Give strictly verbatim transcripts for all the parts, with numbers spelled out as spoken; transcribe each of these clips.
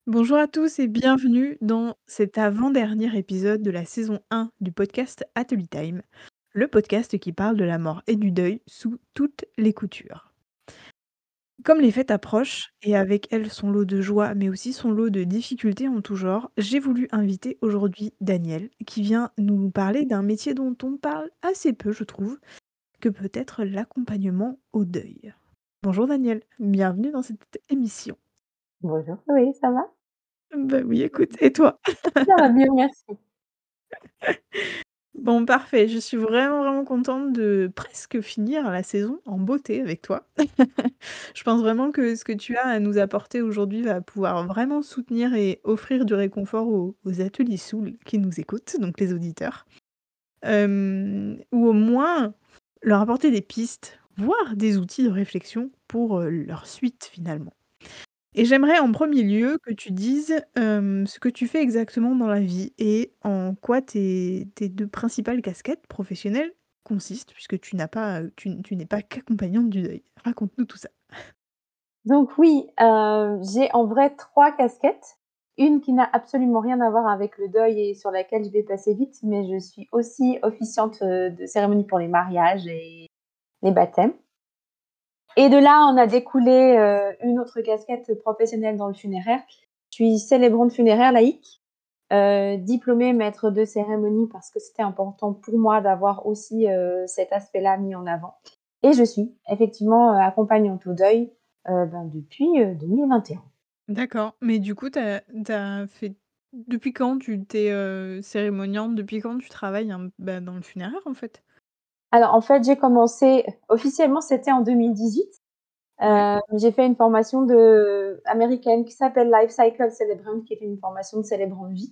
Bonjour à tous et bienvenue dans cet avant-dernier épisode de la saison un du podcast Atelier Time, le podcast qui parle de la mort et du deuil sous toutes les coutures. Comme les fêtes approchent, et avec elles son lot de joie, mais aussi son lot de difficultés en tout genre, j'ai voulu inviter aujourd'hui Daniel, qui vient nous parler d'un métier dont on parle assez peu, je trouve, que peut être l'accompagnement au deuil. Bonjour Daniel, bienvenue dans cette émission. Bonjour, oui, ça va? Bah oui, écoute, et toi? Ça va bien, merci. Bon, parfait, je suis vraiment, vraiment contente de presque finir la saison en beauté avec toi. Je pense vraiment que ce que tu as à nous apporter aujourd'hui va pouvoir vraiment soutenir et offrir du réconfort aux aux ateliers Soul qui nous écoutent, donc les auditeurs. Hem, ou au moins leur apporter des pistes, voire des outils de réflexion pour, heu, leur suite finalement. Et j'aimerais en premier lieu que tu dises, hem, ce que tu fais exactement dans la vie et en quoi tes tes deux principales casquettes professionnelles consistent, puisque tu n'as pas, heu, tu n tu n'es pas qu'accompagnante du deuil. Raconte-nous tout ça. Donc oui, heu, j'ai en vrai trois casquettes. Une qui n'a absolument rien à voir avec le deuil et sur laquelle je vais passer vite, mais je suis aussi officiante, heu, de cérémonie pour les mariages et les baptêmes. Et de là, on a découlé, heu, une autre casquette professionnelle dans le funéraire. Je suis célébrante funéraire laïque, heu, diplômée maître de cérémonie parce que c'était important pour moi d'avoir aussi, heu, cet aspect-là mis en avant. Et je suis effectivement, heu, accompagnante au deuil, heu, ben, depuis, heu, deux mille vingt et un. D'accord, mais du coup, tu as tu as fait depuis quand tu tu es, heu, cérémoniante? Depuis quand tu travailles un bah, dans le funéraire, en fait? Alors en fait, j'ai commencé officiellement, c'était en deux mille dix-huit. Ouais. Heu, j'ai fait une formation de américaine qui s'appelle Life Cycle Celebrant, qui est une formation de célébrant de vie,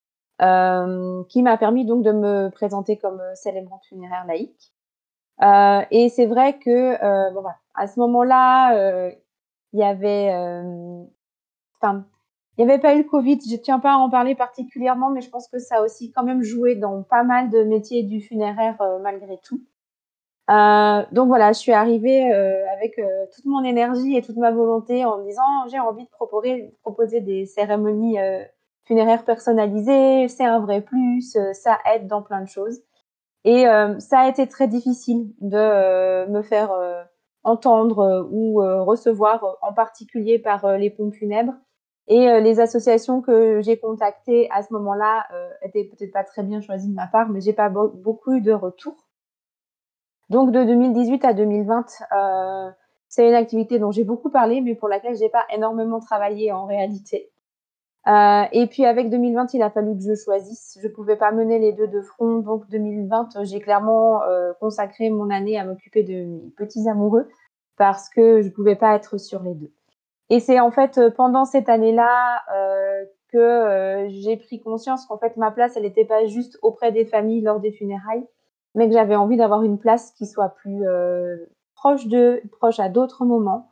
hem, qui m'a permis donc de me présenter comme, heu, célébrante funéraire laïque. Heu et c'est vrai que, heu, bon, voilà, à ce moment-là, heu, il y avait, hem, enfin, il y avait pas eu le covid, je tiens pas à en parler particulièrement, mais je pense que ça a aussi quand même joué dans pas mal de métiers du funéraire, heu, malgré tout. Heu, donc voilà, je suis arrivée, heu, avec, heu, toute mon énergie et toute ma volonté en me disant: «J'ai envie de proporer proposer des cérémonies, heu, funéraires personnalisées, c'est un vrai plus, heu, ça aide dans plein de choses». Et hem, ça a été très difficile de, heu, me faire, heu, entendre, heu, ou heu, recevoir, heu, en particulier par, heu, les pompes funèbres. Et heu, les associations que j'ai contactées à ce moment-là, heu, étaient peut-être pas très bien choisies de ma part, mais j'ai pas beau beaucoup eu de retours. Donc de deux mille dix-huit à deux mille vingt, heu, c'est une activité dont j'ai beaucoup parlé, mais pour laquelle j'ai pas énormément travaillé en réalité. Heu et puis avec deux mille vingt, il a fallu que je choisisse. Je pouvais pas mener les deux de front, donc deux mille vingt, j'ai clairement, heu, consacré mon année à m'occuper de mes petits amoureux parce que je pouvais pas être sur les deux. Et c'est en fait, heu, pendant cette année-là, heu, que, heu, j'ai pris conscience qu'en fait ma place, elle était pas juste auprès des familles lors des funérailles, mais que j'avais envie d'avoir une place qui soit plus, heu, proche d'eux, proche à d'autres moments.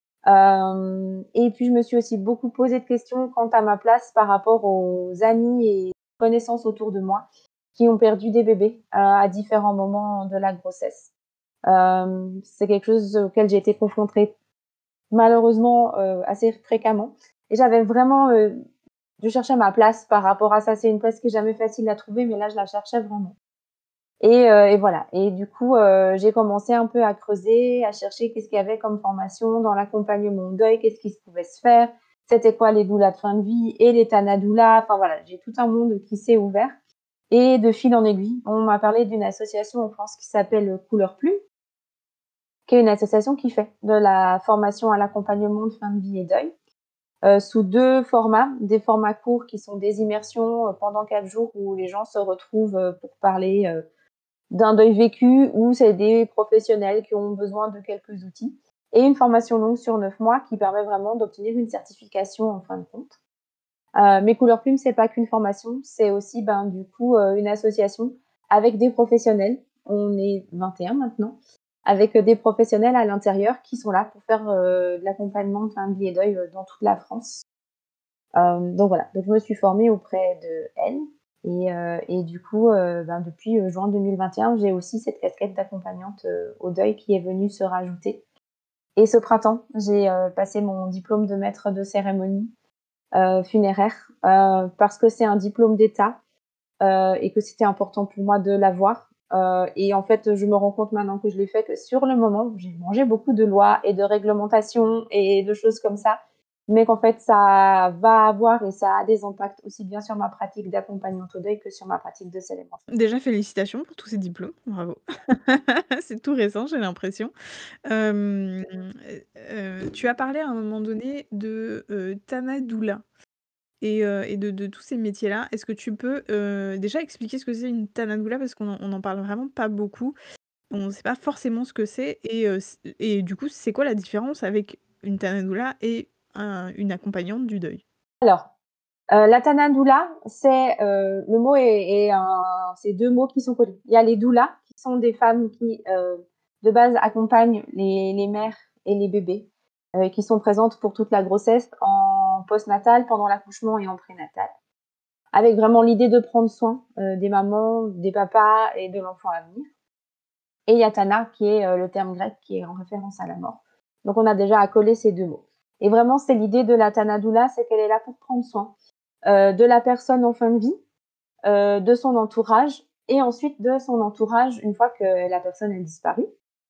Hem et puis je me suis aussi beaucoup posé de questions quant à ma place par rapport aux amis et connaissances autour de moi qui ont perdu des bébés, heu, à différents moments de la grossesse. Hem, c'est quelque chose auquel j'ai été confrontée malheureusement, heu, assez fréquemment, et j'avais vraiment, heu, je cherchais ma place par rapport à ça. C'est une place qui est jamais facile à trouver, mais là je la cherchais vraiment. Et heu et voilà, et du coup, heu, j'ai commencé un peu à creuser, à chercher qu'est-ce qu'il y avait comme formation dans l'accompagnement au deuil, qu'est-ce qui se pouvait se faire, c'était quoi les doulas de fin de vie et les tanadoulas, enfin voilà, j'ai tout un monde qui s'est ouvert. Et de fil en aiguille, on m'a parlé d'une association en France qui s'appelle Couleur Plume, qui est une association qui fait de la formation à l'accompagnement de fin de vie et deuil, heu, sous deux formats. Des formats courts qui sont des immersions, heu, pendant quatre jours où les gens se retrouvent, heu, pour parler, heu, d'un deuil vécu, ou c'est des professionnels qui ont besoin de quelques outils, et une formation longue sur neuf mois qui permet vraiment d'obtenir une certification en fin de compte. Heu, mais Couleur Plume, c'est pas qu'une formation, c'est aussi, ben, du coup, heu, une association avec des professionnels. On est vingt et un maintenant, avec, heu, des professionnels à l'intérieur qui sont là pour faire, heu, de l'accompagnement de fin de vie et deuil, heu, dans toute la France. Hem, donc voilà, donc je me suis formée auprès d'elles, et heu et du coup, heu, ben, depuis, heu, juin deux mille vingt et un, j'ai aussi cette casquette d'accompagnante, heu, au deuil qui est venue se rajouter. Et ce printemps, j'ai, heu, passé mon diplôme de maître de cérémonie, heu, funéraire, heu, parce que c'est un diplôme d'État, heu et que c'était important pour moi de l'avoir, heu et en fait, je me rends compte maintenant que je l'ai fait que sur le moment, j'ai mangé beaucoup de lois et de réglementations et de choses comme ça, mais qu'en fait, ça va avoir et ça a des impacts aussi bien sur ma pratique d'accompagnante au deuil que sur ma pratique de célébration. Déjà félicitations pour tous ces diplômes, bravo. C'est tout récent, j'ai l'impression. Hem, heu heu, tu as parlé à un moment donné de, heu, Tana Doula et heu et de de tous ces métiers-là. Est-ce que tu peux, heu, déjà expliquer ce que c'est une Tana Doula? Parce qu'on en on en parle vraiment pas beaucoup. On sait pas forcément ce que c'est et heu, c et du coup, c'est quoi la différence avec une Tana Doula et un une accompagnante du deuil? Alors, heu, la Tana-Doula, c'est, heu, le mot est est un c'est deux mots qui sont connus. Il y a les doulas, qui sont des femmes qui, heu, de base accompagnent les les mères et les bébés, heu, qui sont présentes pour toute la grossesse, en post-natal, pendant l'accouchement et en prénatal, avec vraiment l'idée de prendre soin, heu, des mamans, des papas et de l'enfant à venir. Et il y a Tana qui est, heu, le terme grec qui est en référence à la mort. Donc on a déjà à coller ces deux mots. Et vraiment, c'est l'idée de la Tana-Doula, c'est qu'elle est là pour prendre soin, heu, de la personne en fin de vie, heu, de son entourage et ensuite de son entourage une fois que la personne est disparue.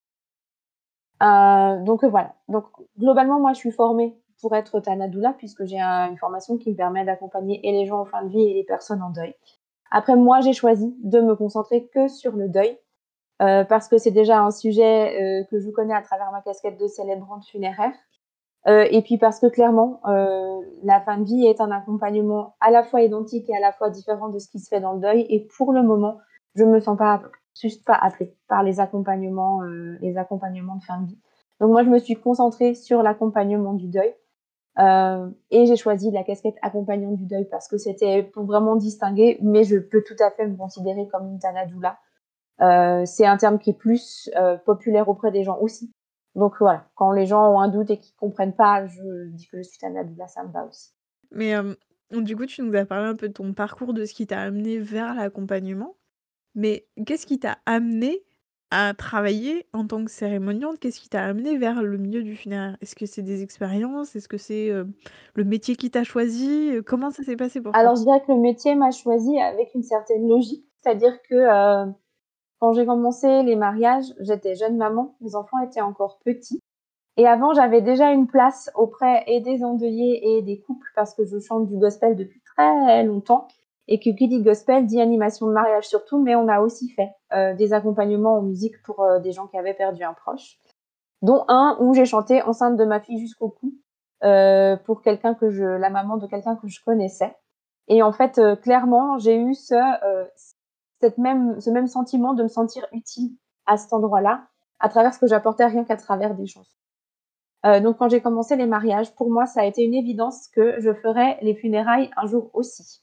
Heu, donc heu, voilà. Donc globalement, moi, je suis formée pour être Tana Doula puisque j'ai un une formation qui me permet d'accompagner et les gens en fin de vie et les personnes en deuil. Après moi, j'ai choisi de me concentrer que sur le deuil, heu, parce que c'est déjà un sujet, heu, que je connais à travers ma casquette de célébrante funéraire, heu et puis parce que clairement, heu, la fin de vie est un accompagnement à la fois identique et à la fois différent de ce qui se fait dans le deuil et pour le moment, je me sens pas juste pas appelée par les accompagnements, heu, les accompagnements de fin de vie. Donc moi, je me suis concentrée sur l'accompagnement du deuil, heu et j'ai choisi la casquette accompagnante du deuil parce que c'était pour vraiment distinguer, mais je peux tout à fait me considérer comme une Tana Doula. Heu, c'est un terme qui est plus, heu, populaire auprès des gens aussi. Donc voilà, quand les gens ont un doute et qu'ils comprennent pas, je dis que je suis Tana Doula, ça me va aussi. Mais, hem, du coup, tu nous as parlé un peu de ton parcours, de ce qui t'a amené vers l'accompagnement. Mais qu'est-ce qui t'a amené à travailler en tant que cérémoniante? Qu'est-ce qui t'a amené vers le milieu du funéraire? Est-ce que c'est des expériences? Est-ce que c'est, heu, le métier qui t'a choisi? Heu, comment ça s'est passé pour toi? Alors je dirais que le métier m'a choisie avec une certaine logique, c'est-à-dire que, heu, quand j'ai commencé les mariages, j'étais jeune maman, mes enfants étaient encore petits et avant j'avais déjà une place auprès et des endeuillés et des couples parce que je chante du gospel depuis très longtemps et que qui dit gospel dit animation de mariage surtout, mais on a aussi fait, heu, des accompagnements en musique pour, heu, des gens qui avaient perdu un proche, dont un où j'ai chanté enceinte de ma fille jusqu'au cou, heu, pour quelqu'un que je la maman de quelqu'un que je connaissais et en fait, heu, clairement, j'ai eu ce, heu, cette même ce même sentiment de me sentir utile à cet endroit-là, à travers ce que j'apportais rien qu'à travers des chansons. Heu, donc quand j'ai commencé les mariages, pour moi, ça a été une évidence que je ferais les funérailles un jour aussi.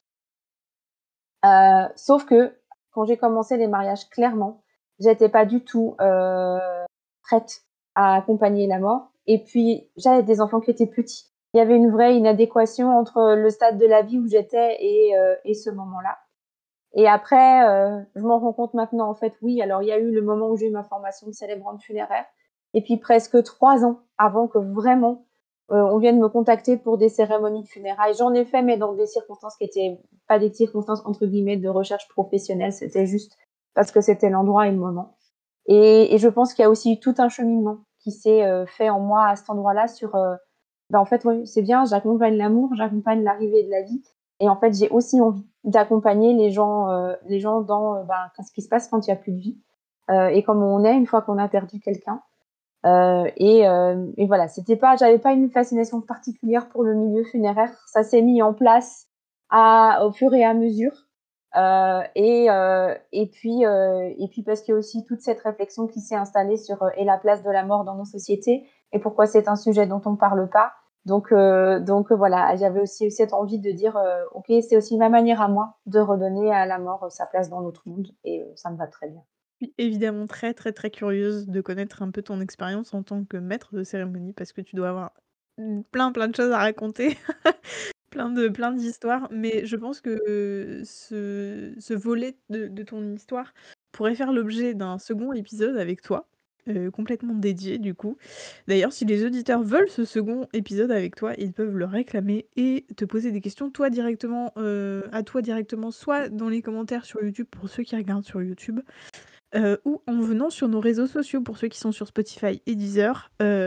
Heu, sauf que quand j'ai commencé les mariages, clairement, j'étais pas du tout, heu, prête à accompagner la mort et puis j'avais des enfants qui étaient petits. Il y avait une vraie inadéquation entre le stade de la vie où j'étais et heu et ce moment-là et après, heu, je m'en rends compte maintenant, en fait, oui, alors il y a eu le moment où j'ai eu ma formation de célébrante funéraire et puis presque trois ans avant que vraiment, heu, on vienne me contacter pour des cérémonies de funérailles. J'en ai fait, mais dans des circonstances qui étaient pas des circonstances entre guillemets «de recherche professionnelle», c'était juste parce que c'était l'endroit et le moment et et je pense qu'il y a aussi eu tout un cheminement qui s'est, heu, fait en moi à cet endroit-là sur, heu, bah, en fait, oui, c'est bien, j'accompagne l'amour, j'accompagne l'arrivée de la vie et en fait, j'ai aussi envie d'accompagner les gens, heu, les gens dans, heu, ben, ce qui se passe quand il y a plus de vie, heu et comment on est une fois qu'on a perdu quelqu'un, heu et hem et voilà, c'était pas j'avais pas une fascination particulière pour le milieu funéraire. Ça s'est mis en place à au fur et à mesure, heu et heu et puis, heu et puis parce qu'il y a aussi toute cette réflexion qui s'est installée sur, heu et la place de la mort dans nos sociétés et pourquoi c'est un sujet dont on parle pas. Donc heu donc heu, voilà, j'avais aussi cette envie de dire, heu: «OK, c'est aussi ma manière à moi de redonner à la mort, heu, sa place dans notre monde» et heu, ça me va très bien. Je suis évidemment très, très, très curieuse de connaître un peu ton expérience en tant que maître de cérémonie parce que tu dois avoir, mmh, plein, plein de choses à raconter, plein de plein d'histoires. Mais je pense que, heu, ce ce volet de de ton histoire pourrait faire l'objet d'un second épisode avec toi. heu, complètement dédié du coup. D'ailleurs, si les auditeurs veulent ce second épisode avec toi, ils peuvent le réclamer et te poser des questions toi directement, heu, à toi directement, soit dans les commentaires sur YouTube pour ceux qui regardent sur YouTube, heu, ou en venant sur nos réseaux sociaux pour ceux qui sont sur Spotify et Deezer.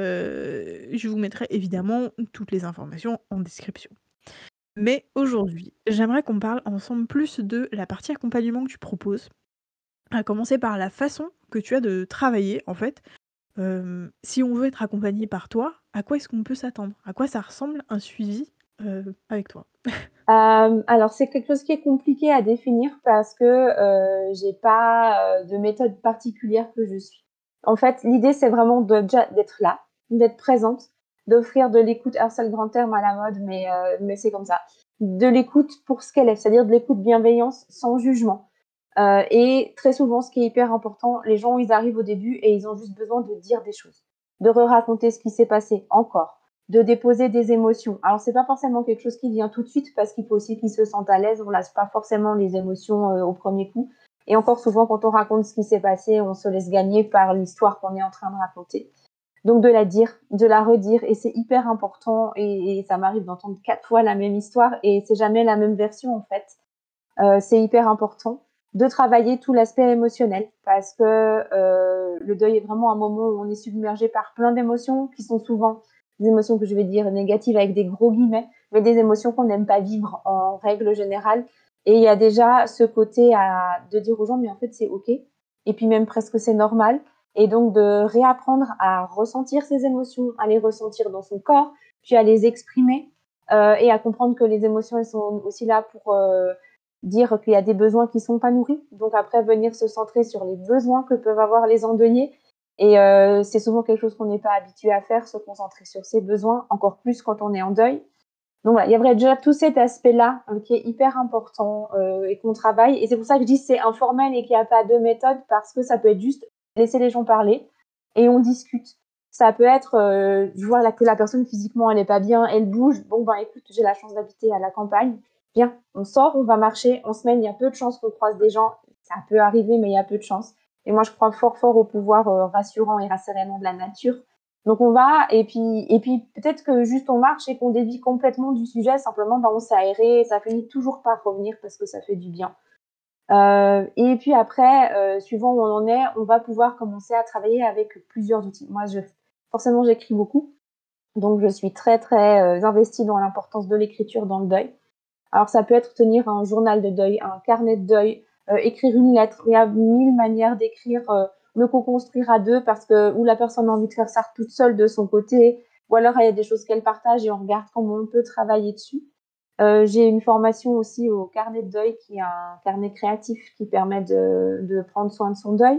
Heu, je vous mettrai évidemment toutes les informations en description. Mais aujourd'hui, j'aimerais qu'on parle ensemble plus de la partie accompagnement que tu proposes, à commencer par la façon que tu as de travailler en fait. Hem, si on veut être accompagné par toi, à quoi est-ce qu'on peut s'attendre? À quoi ça ressemble un suivi, heu, avec toi? Hem, alors c'est quelque chose qui est compliqué à définir parce que, heu, j'ai pas, heu, de méthode particulière que je suis. En fait, l'idée, c'est vraiment de déjà d'être là, d'être présente, d'offrir de l'écoute, alors c'est le grand terme à la mode, mais heu, mais c'est comme ça. De l'écoute pour ce qu'elle est, c'est-à-dire de l'écoute bienveillance sans jugement. Heu et très souvent, ce qui est hyper important, les gens, ils arrivent au début et ils ont juste besoin de dire des choses, de re-raconter ce qui s'est passé encore, de déposer des émotions. Alors c'est pas forcément quelque chose qui vient tout de suite parce qu'il faut aussi qu'ils se sentent à l'aise. On lâche pas forcément les émotions, heu, au premier coup et encore souvent quand on raconte ce qui s'est passé, on se laisse gagner par l'histoire qu'on est en train de raconter. Donc de la dire, de la redire et c'est hyper important et et ça m'arrive d'entendre quatre fois la même histoire et c'est jamais la même version en fait. Heu, c'est hyper important de travailler tout l'aspect émotionnel parce que, heu, le deuil est vraiment un moment où on est submergé par plein d'émotions qui sont souvent des émotions que je vais dire négatives avec des gros guillemets, mais des émotions qu'on n'aime pas vivre en règle générale et il y a déjà ce côté à de dire aux gens: «Mais en fait, c'est OK» et puis même presque c'est normal et donc de réapprendre à ressentir ces émotions, à les ressentir dans son corps, puis à les exprimer, heu et à comprendre que les émotions, elles sont aussi là pour, heu, dire qu'il y a des besoins qui sont pas nourris. Donc après, venir se centrer sur les besoins que peuvent avoir les endeuillés. Et euh, c'est souvent quelque chose qu'on n'est pas habitué à faire, se concentrer sur ses besoins, encore plus quand on est en deuil. Donc voilà, il y a déjà tout cet aspect-là euh, qui est hyper important euh, et qu'on travaille. Et c'est pour ça que je dis que c'est informel et qu'il n'y a pas de méthode parce que ça peut être juste laisser les gens parler et on discute. Ça peut être, euh, je vois là que la personne physiquement elle est pas bien, elle bouge. Bon ben écoute, j'ai la chance d'habiter à la campagne. Viens, on sort, on va marcher, on se mène. Il y a peu de chances qu'on croise des gens. Ça peut arriver, mais il y a peu de chances. Et moi, je crois fort fort au pouvoir euh, rassurant et rassérénant de la nature. Donc on va et puis et puis peut-être que juste on marche et qu'on dévie complètement du sujet, simplement ben, on s'est aéré et ça finit toujours par revenir parce que ça fait du bien. Euh, et puis après, euh, suivant où on en est, on va pouvoir commencer à travailler avec plusieurs outils. Moi, je, forcément, j'écris beaucoup, donc je suis très très euh, investie dans l'importance de l'écriture dans le deuil. Alors ça peut être tenir un journal de deuil, un carnet de deuil, euh, écrire une lettre. Il y a mille manières d'écrire, euh, le co-construire à deux parce que ou la personne a envie de faire ça toute seule de son côté, ou alors il y a des choses qu'elle partage et on regarde comment on peut travailler dessus. Euh, j'ai une formation aussi au carnet de deuil qui est un carnet créatif qui permet de, de prendre soin de son deuil.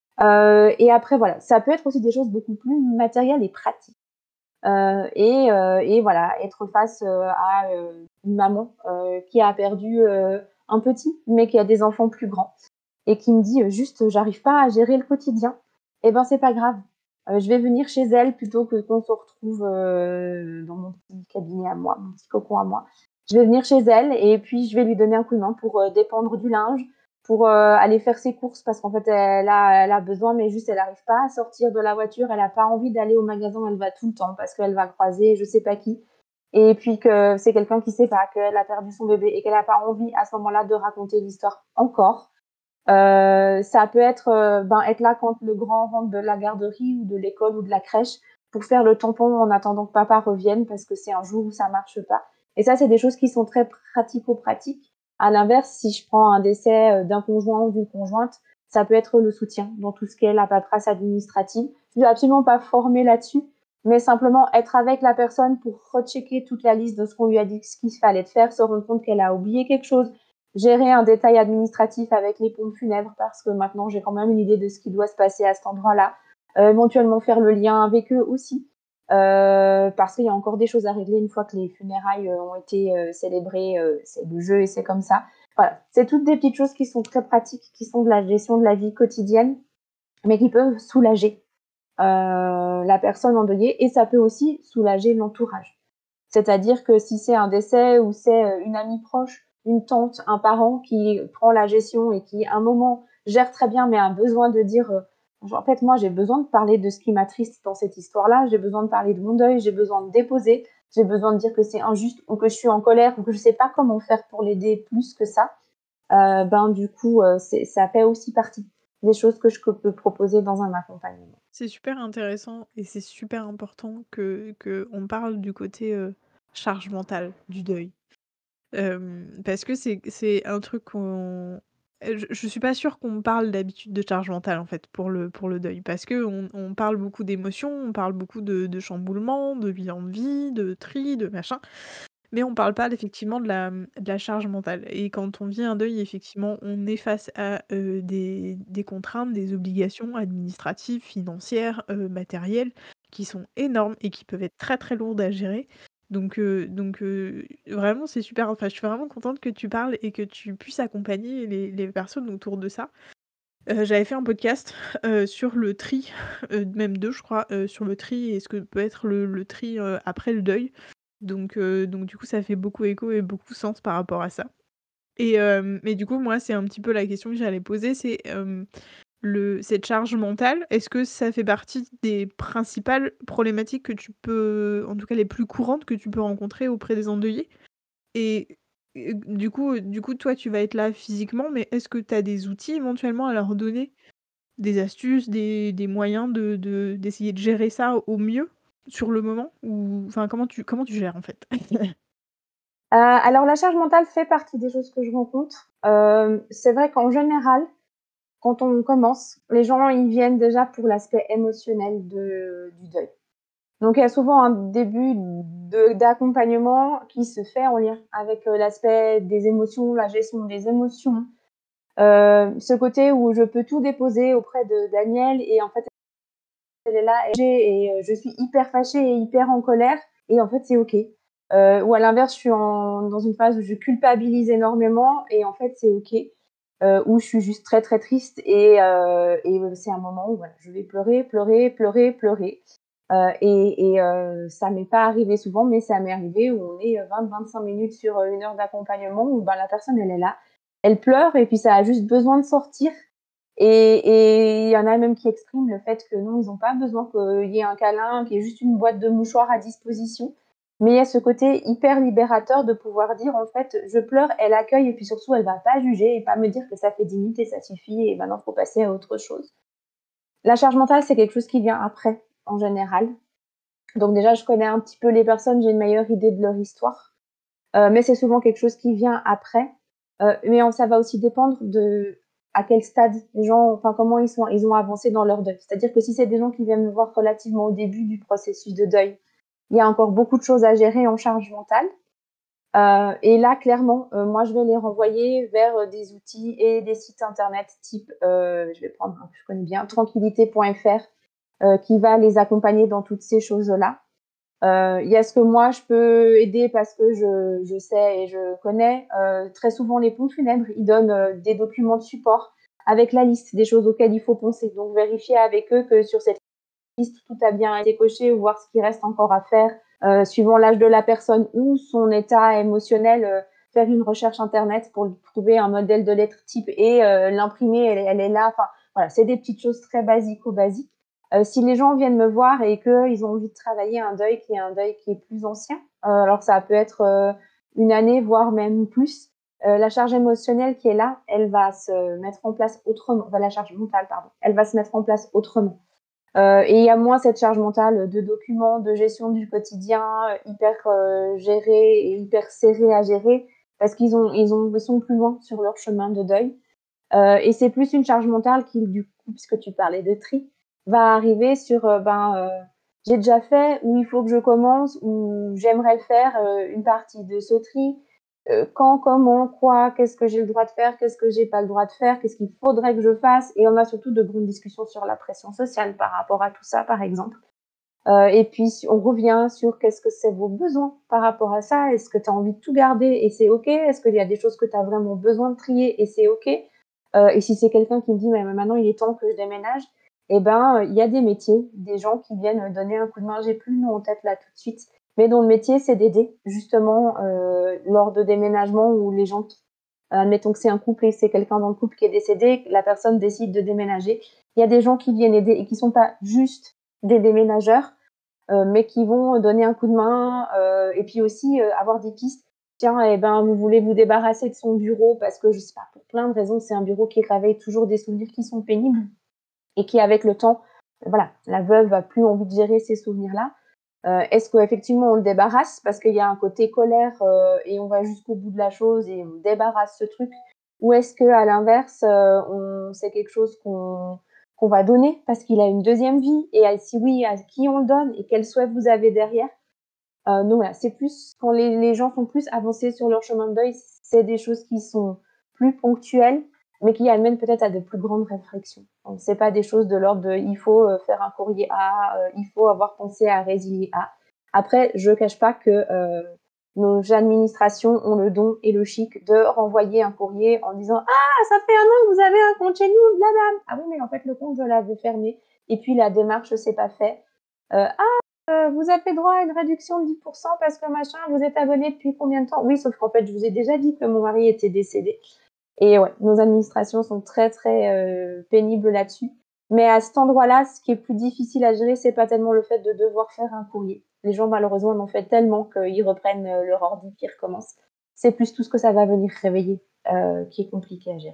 Euh, et après voilà, ça peut être aussi des choses beaucoup plus matérielles et pratiques. Euh, et, euh, et voilà, être face euh, à euh, une maman euh, qui a perdu euh, un petit, mais qui a des enfants plus grands, et qui me dit euh, juste, j'arrive pas à gérer le quotidien. Eh ben c'est pas grave. Euh, je vais venir chez elle plutôt que qu'on se retrouve euh, dans mon petit cabinet à moi, mon petit cocon à moi. Je vais venir chez elle et puis je vais lui donner un coup de main pour euh, dépendre du linge, pour euh, aller faire ses courses parce qu'en fait elle a, elle a besoin, mais juste elle n'arrive pas à sortir de la voiture, elle n'a pas envie d'aller au magasin, elle va tout le temps parce qu'elle va croiser je sais pas qui. Et puis que c'est quelqu'un qui sait pas, qu'elle a perdu son bébé et qu'elle n'a pas envie à ce moment-là de raconter l'histoire encore. Euh, ça peut être euh, ben, être là quand le grand rentre de la garderie ou de l'école ou de la crèche pour faire le tampon en attendant que papa revienne parce que c'est un jour où ça marche pas. Et ça, c'est des choses qui sont très pratico-pratiques. À l'inverse, si je prends un décès euh, d'un conjoint ou d'une conjointe, ça peut être le soutien dans tout ce qui est la paperasse administrative. Je suis absolument pas formée là-dessus, mais simplement être avec la personne pour rechecker toute la liste de ce qu'on lui a dit, ce qu'il fallait faire, se rendre compte qu'elle a oublié quelque chose, gérer un détail administratif avec les pompes funèbres parce que maintenant j'ai quand même une idée de ce qui doit se passer à cet endroit-là. Euh, éventuellement faire le lien avec eux aussi euh, parce qu'il y a encore des choses à régler une fois que les funérailles euh, ont été euh, célébrées. Euh, c'est le jeu et c'est comme ça. Voilà, c'est toutes des petites choses qui sont très pratiques, qui sont de la gestion de la vie quotidienne, mais qui peuvent soulager euh, la personne endeuillée et ça peut aussi soulager l'entourage. C'est-à-dire que si c'est un décès ou c'est une amie proche, une tante, un parent qui prend la gestion et qui, à un moment, gère très bien, mais a besoin de dire euh, en fait, moi, j'ai besoin de parler de ce qui m'attriste dans cette histoire-là. J'ai besoin de parler de mon deuil. J'ai besoin de déposer. J'ai besoin de dire que c'est injuste ou que je suis en colère ou que je sais pas comment faire pour l'aider plus que ça. Euh, ben, du coup, euh, c'est, ça fait aussi partie des choses que je peux proposer dans un accompagnement. C'est super intéressant et c'est super important que qu'on parle du côté, heu, charge mentale du deuil. Hem, parce que c'est c'est un truc qu'on heu, je je suis pas sûre qu'on parle d'habitude de charge mentale, en fait, pour le pour le deuil. Parce qu'on on parle beaucoup d'émotions, on parle beaucoup de de chamboulements, de bilan de vie, de tri, de machin, mais on parle pas effectivement de la, mmh, de la charge mentale et quand on vit un deuil, effectivement, on est face à, heu, des des contraintes, des obligations administratives, financières, heu, matérielles qui sont énormes et qui peuvent être très, très lourdes à gérer. Donc heu donc heu, vraiment, c'est super enfin, je suis vraiment contente que tu parles et que tu puisses accompagner les les personnes autour de ça. Heu, j'avais fait un podcast, heu, sur le tri, heu, même deux je crois, heu, sur le tri et ce que peut être le le tri, heu, après le deuil. Donc heu, donc du coup, ça fait beaucoup écho et beaucoup sens par rapport à ça. Et hem, mais du coup, moi, c'est un petit peu la question que j'allais poser, c'est, hem, le cette charge mentale, est-ce que ça fait partie des principales problématiques que tu peux en tout cas les plus courantes que tu peux rencontrer auprès des endeuillés? Et et du coup du coup, toi, tu vas être là physiquement, mais est-ce que tu as des outils éventuellement à leur donner? Des astuces, des des moyens de de d'essayer de gérer ça au mieux sur le moment? Ou enfin, comment tu comment tu gères en fait? Euh, alors, la charge mentale fait partie des choses que je rencontre. Euh, c'est vrai qu'en général, quand on commence, les gens ils viennent déjà pour l'aspect émotionnel de, du deuil. Donc, il y a souvent un début de, d'accompagnement qui se fait en lien avec euh, l'aspect des émotions, la gestion des émotions. Euh, ce côté où je peux tout déposer auprès de Daniel et en fait, elle est là et, et euh, je suis hyper fâchée et hyper en colère et en fait, c'est OK. Euh, ou à l'inverse, je suis en, dans une phase où je culpabilise énormément et en fait, c'est OK. Euh, où je suis juste très très triste et, euh, et c'est un moment où voilà, je vais pleurer, pleurer, pleurer, pleurer. Euh, et et euh, ça m'est pas arrivé souvent, mais ça m'est arrivé où on est vingt vingt-cinq minutes sur euh, une heure d'accompagnement où ben, la personne, elle est là, elle pleure et puis ça a juste besoin de sortir. Et et il y en a même qui expriment le fait que non, ils n'ont pas besoin qu'il y ait un câlin, qu'il y ait juste une boîte de mouchoirs à disposition. Mais il y a ce côté hyper libérateur de pouvoir dire, en fait, je pleure, elle accueille et puis surtout, elle va pas juger et pas me dire que ça fait dix minutes et ça suffit et maintenant, il faut passer à autre chose. La charge mentale, c'est quelque chose qui vient après, en général. Donc déjà, je connais un petit peu les personnes, j'ai une meilleure idée de leur histoire. Euh, mais c'est souvent quelque chose qui vient après. Euh, mais on- ça va aussi dépendre de à quel stade les gens, enfin comment ils sont, ils ont avancé dans leur deuil. C'est-à-dire que si c'est des gens qui viennent me voir relativement au début du processus de deuil, il y a encore beaucoup de choses à gérer en charge mentale. Euh, et là, clairement, euh, moi, je vais les renvoyer vers euh, des outils et des sites internet type, euh, je vais prendre un que je connais bien, tranquillité point f r, euh, qui va les accompagner dans toutes ces choses-là. Euh, Il y a ce que moi je peux aider parce que je, je sais et je connais. Euh, très souvent, les pompes funèbres, ils donnent euh, des documents de support avec la liste des choses auxquelles il faut penser. Donc, vérifier avec eux que sur cette liste, tout a bien été coché ou voir ce qui reste encore à faire, euh, suivant l'âge de la personne ou son état émotionnel. Euh, faire une recherche internet pour trouver un modèle de lettre type et euh, l'imprimer, elle, elle est là. Enfin, voilà, c'est des petites choses très basiques ou basiques. Euh, si les gens viennent me voir et qu'ils ont envie de travailler un deuil qui est un deuil qui est plus ancien, euh, alors ça peut être euh, une année, voire même plus, euh, la charge émotionnelle qui est là, elle va se mettre en place autrement. Enfin, la charge mentale, pardon, elle va se mettre en place autrement. Euh, et il y a moins cette charge mentale de documents, de gestion du quotidien, euh, hyper euh, gérés et hyper serrés à gérer, parce qu'ils ont, ils ont, ils sont plus loin sur leur chemin de deuil. Euh, et c'est plus une charge mentale qui, du coup, puisque tu parlais de tri, va arriver sur, euh, ben, euh, j'ai déjà fait, ou il faut que je commence, ou j'aimerais faire euh, une partie de ce tri. Euh, quand, comment, quoi, qu'est-ce que j'ai le droit de faire, qu'est-ce que j'ai pas le droit de faire, qu'est-ce qu'il faudrait que je fasse. Et on a surtout de grandes discussions sur la pression sociale par rapport à tout ça, par exemple. Euh, et puis, on revient sur qu'est-ce que c'est vos besoins par rapport à ça. Est-ce que tu as envie de tout garder et c'est OK? Est-ce qu'il y a des choses que tu as vraiment besoin de trier et c'est OK? Euh, et si c'est quelqu'un qui me dit, mais maintenant il est temps que je déménage, eh ben, il y a des métiers, des gens qui viennent donner un coup de main. J'ai plus le nom en tête là tout de suite, mais dont le métier c'est d'aider justement euh, lors de déménagement où les gens quittent. admettons que c'est un couple et c'est quelqu'un dans le couple qui est décédé, la personne décide de déménager. Il y a des gens qui viennent aider et qui sont pas juste des déménageurs, heu, mais qui vont donner un coup de main, heu et puis aussi, heu, avoir des pistes. Tiens et ben, vous voulez vous débarrasser de son bureau parce que je sais pas, pour plein de raisons, c'est un bureau qui réveille toujours des souvenirs qui sont pénibles et qui avec le temps, voilà, la veuve a plus envie de gérer ces souvenirs-là. Heu, est-ce qu'effectivement on le débarrasse parce qu'il y a un côté colère, heu et on va jusqu'au bout de la chose et on débarrasse ce truc? Ou est-ce qu'à l'inverse, heu, on c'est quelque chose qu'on qu'on va donner parce qu'il a une deuxième vie et à si oui, à qui on le donne et quel souhait vous avez derrière? Heu, donc voilà, c'est plus quand les les gens sont plus avancés sur leur chemin de deuil, c'est des choses qui sont plus ponctuelles, mais qui amènent peut-être à de plus grandes réflexions. Donc c'est pas des choses de l'ordre de: «Il faut, heu, faire un courrier à», heu, «Il faut avoir pensé à résilier à». Après, je cache pas que, heu, nos administrations ont le don et le chic de renvoyer un courrier en disant: «Ah, ça fait un an que vous avez un compte chez nous, blabla». Ah oui, mais en fait, le compte, je l'avais fermé et puis la démarche s'est pas fait. Heu: Heu, vous avez droit à une réduction de dix pour cent parce que machin, vous êtes abonné depuis combien de temps? Oui, sauf qu'en fait, je vous ai déjà dit que mon mari était décédé et ouais, nos administrations sont très, très, heu, pénibles là-dessus. Mais à cet endroit-là, ce qui est plus difficile à gérer, c'est pas tellement le fait de devoir faire un courrier. Les gens, malheureusement, en ont fait tellement qu'ils reprennent, heu, leur ordi puis ils recommencent. C'est plus tout ce que ça va venir réveiller, heu, qui est compliqué à gérer.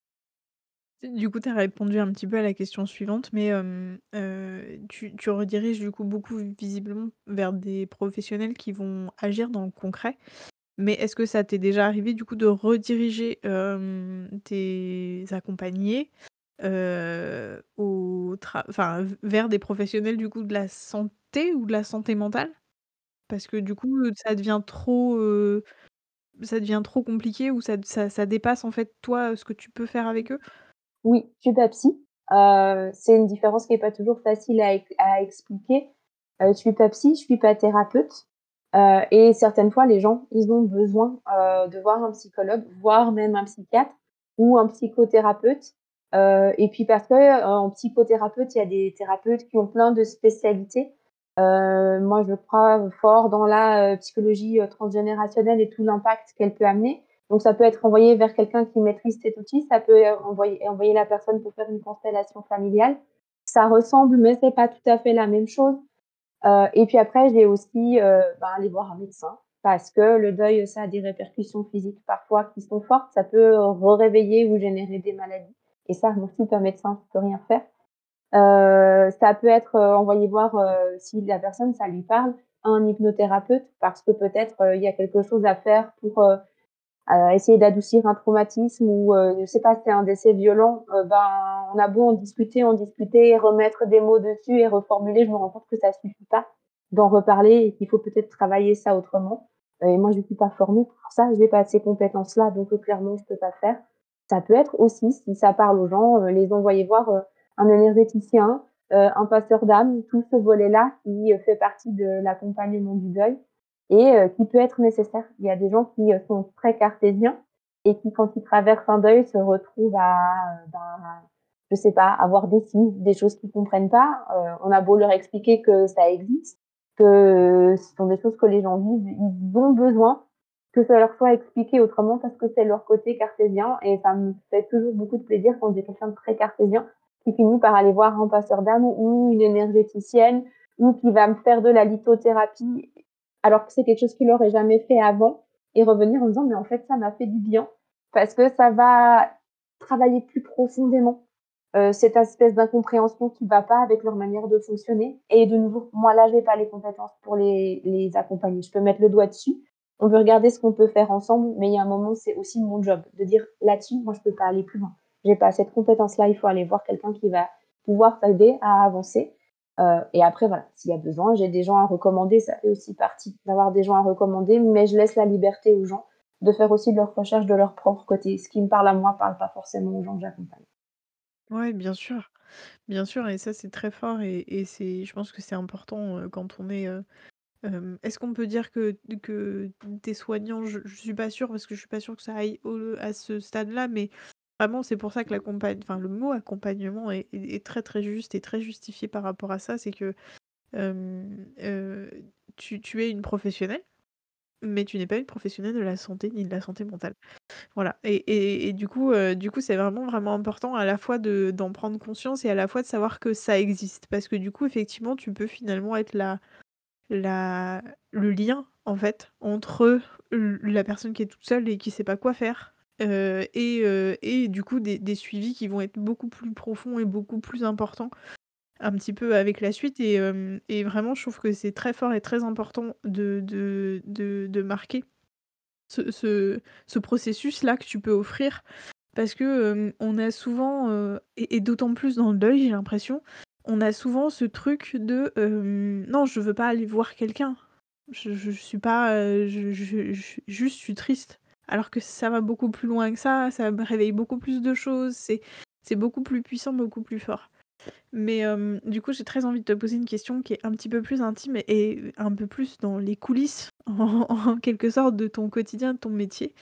Du coup, tu as répondu un petit peu à la question suivante, mais hem, heu, tu tu rediriges du coup beaucoup visiblement vers des professionnels qui vont agir dans le concret. Mais est-ce que ça t'est déjà arrivé du coup de rediriger, hem, tes accompagnés, heu, au tra enfin v vers des professionnels du coup de la santé ou de la santé mentale? Parce que du coup, heu, ça devient trop, heu, ça devient trop compliqué ou ça ça ça dépasse en fait toi, ce que tu peux faire avec eux? Oui, je suis pas psy. Heu, c'est une différence qui est pas toujours facile à ex à expliquer. Heu, je suis pas psy, je suis pas thérapeute, heu et certaines fois, les gens, ils ont besoin, heu, de voir un psychologue, voire même un psychiatre ou un psychothérapeute, heu et puis parce que, heu, en psychothérapeute, il y a des thérapeutes qui ont plein de spécialités. Heu, moi, je crois fort dans la, heu, psychologie, heu, transgénérationnelle et tout l'impact qu'elle peut amener. Donc ça peut être envoyé vers quelqu'un qui maîtrise cet outil, ça peut, heu, envoyer envoyer la personne pour faire une constellation familiale. Ça ressemble, mais c'est pas tout à fait la même chose. Heu et puis après, j'ai aussi, heu, ben, aller voir un médecin parce que le deuil, ça a des répercussions physiques parfois qui sont fortes. Ça peut, heu, réveiller ou générer des maladies et ça, mon si un médecin ne peut rien faire. Heu, ça peut être, heu, envoyé voir, heu, si la personne, ça lui parle, un hypnothérapeute parce que peut-être, heu, il y a quelque chose à faire pour, heu Heu, essayer d'adoucir un traumatisme ou, heu, je sais pas, c'est un décès violent, heu, ben, on a beau en discuter, en discuter, remettre des mots dessus et reformuler, je me rends compte que ça suffit pas d'en reparler et qu'il faut peut-être travailler ça autrement. Heu et moi, je suis pas formée pour ça, j'ai pas ces compétences-là, donc heu, clairement, je peux pas faire. Ça peut être aussi, si ça parle aux gens, heu, les envoyer voir, heu, un énergéticien, heu, un passeur d'âme, tout ce volet-là qui, heu, fait partie de l'accompagnement du deuil et heu, qui peut être nécessaire. Il y a des gens qui, heu, sont très cartésiens et qui, quand ils traversent un deuil, se retrouvent à, heu, ben, je sais pas, avoir des signes, des choses qu'ils comprennent pas. Heu, on a beau leur expliquer que ça existe, que ce sont des choses que les gens vivent, ils ont besoin que ça leur soit expliqué autrement parce que c'est leur côté cartésien et ça me fait toujours beaucoup de plaisir quand j'ai quelqu'un de très cartésien qui finit par aller voir un passeur d'âme ou une énergéticienne ou qui va me faire de la lithothérapie alors que c'est quelque chose qu'il aurait jamais fait avant et revenir en disant: «Mais en fait, ça m'a fait du bien» parce que ça va travailler plus profondément, heu, cette espèce d'incompréhension qui va pas avec leur manière de fonctionner et de nouveau, moi là, j'ai pas les compétences pour les les accompagner. Je peux mettre le doigt dessus, on peut regarder ce qu'on peut faire ensemble, mais il y a un moment, c'est aussi mon job de dire: «Là-dessus, moi, je peux pas aller plus loin. J'ai pas cette compétence-là, il faut aller voir quelqu'un qui va pouvoir t'aider à avancer». Heu et après voilà, s'il y a besoin, j'ai des gens à recommander, ça fait aussi partie d'avoir des gens à recommander, mais je laisse la liberté aux gens de faire aussi de leurs recherches de leur propre côté. Ce qui me parle à moi parle pas forcément aux gens que j'accompagne. Ouais, bien sûr, bien sûr et ça, c'est très fort et et c'est je pense que c'est important, heu, quand on est, heu, hem est-ce qu'on peut dire que que tes soignants je je suis pas sûre parce que je suis pas sûre que ça aille au à ce stade-là, mais vraiment, c'est pour ça que l'accompagne enfin, le mot accompagnement est est est très, très juste et très justifié par rapport à ça. C'est que, hem, heu, tu tu es une professionnelle mais tu n'es pas une professionnelle de la santé ni de la santé mentale. Voilà et et et du coup, heu, du coup, c'est vraiment, vraiment important à la fois de d'en prendre conscience et à la fois de savoir que ça existe. Parce que du coup, effectivement, tu peux finalement être la la le lien, en fait, entre l la personne qui est toute seule et qui sait pas quoi faire, heu et heu et du coup des des suivis qui vont être beaucoup plus profonds et beaucoup plus importants, un petit peu avec la suite et hem et vraiment je trouve que c'est très fort et très important de de de de marquer ce ce ce processus-là que tu peux offrir parce que, hem, on a souvent, heu et et d'autant plus dans le deuil, j'ai l'impression, on a souvent ce truc de, hem: «Non, je veux pas aller voir quelqu'un. Je je suis pas, heu, je je je juste je suis triste». Alors que ça va beaucoup plus loin que ça, ça me réveille beaucoup plus de choses, c'est c'est beaucoup plus puissant, beaucoup plus fort. Mais, hem, du coup, j'ai très envie de te poser une question qui est un petit peu plus intime et et un peu plus dans les coulisses, en en quelque sorte, de ton quotidien, de ton métier.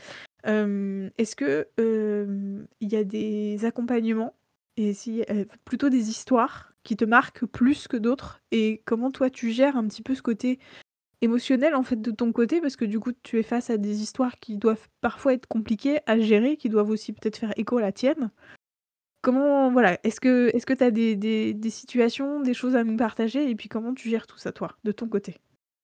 Hem, est-ce que, hem, il y a des accompagnements et si heu, plutôt des histoires qui te marquent plus que d'autres? Et comment toi tu gères un petit peu ce côté émotionnel, en fait, de ton côté? Parce que du coup, tu es face à des histoires qui doivent parfois être compliquées à gérer, qui doivent aussi peut-être faire écho à la tienne. Comment voilà, est-ce que est-ce que tu as des des des situations, des choses à nous partager et puis comment tu gères tout ça toi, de ton côté?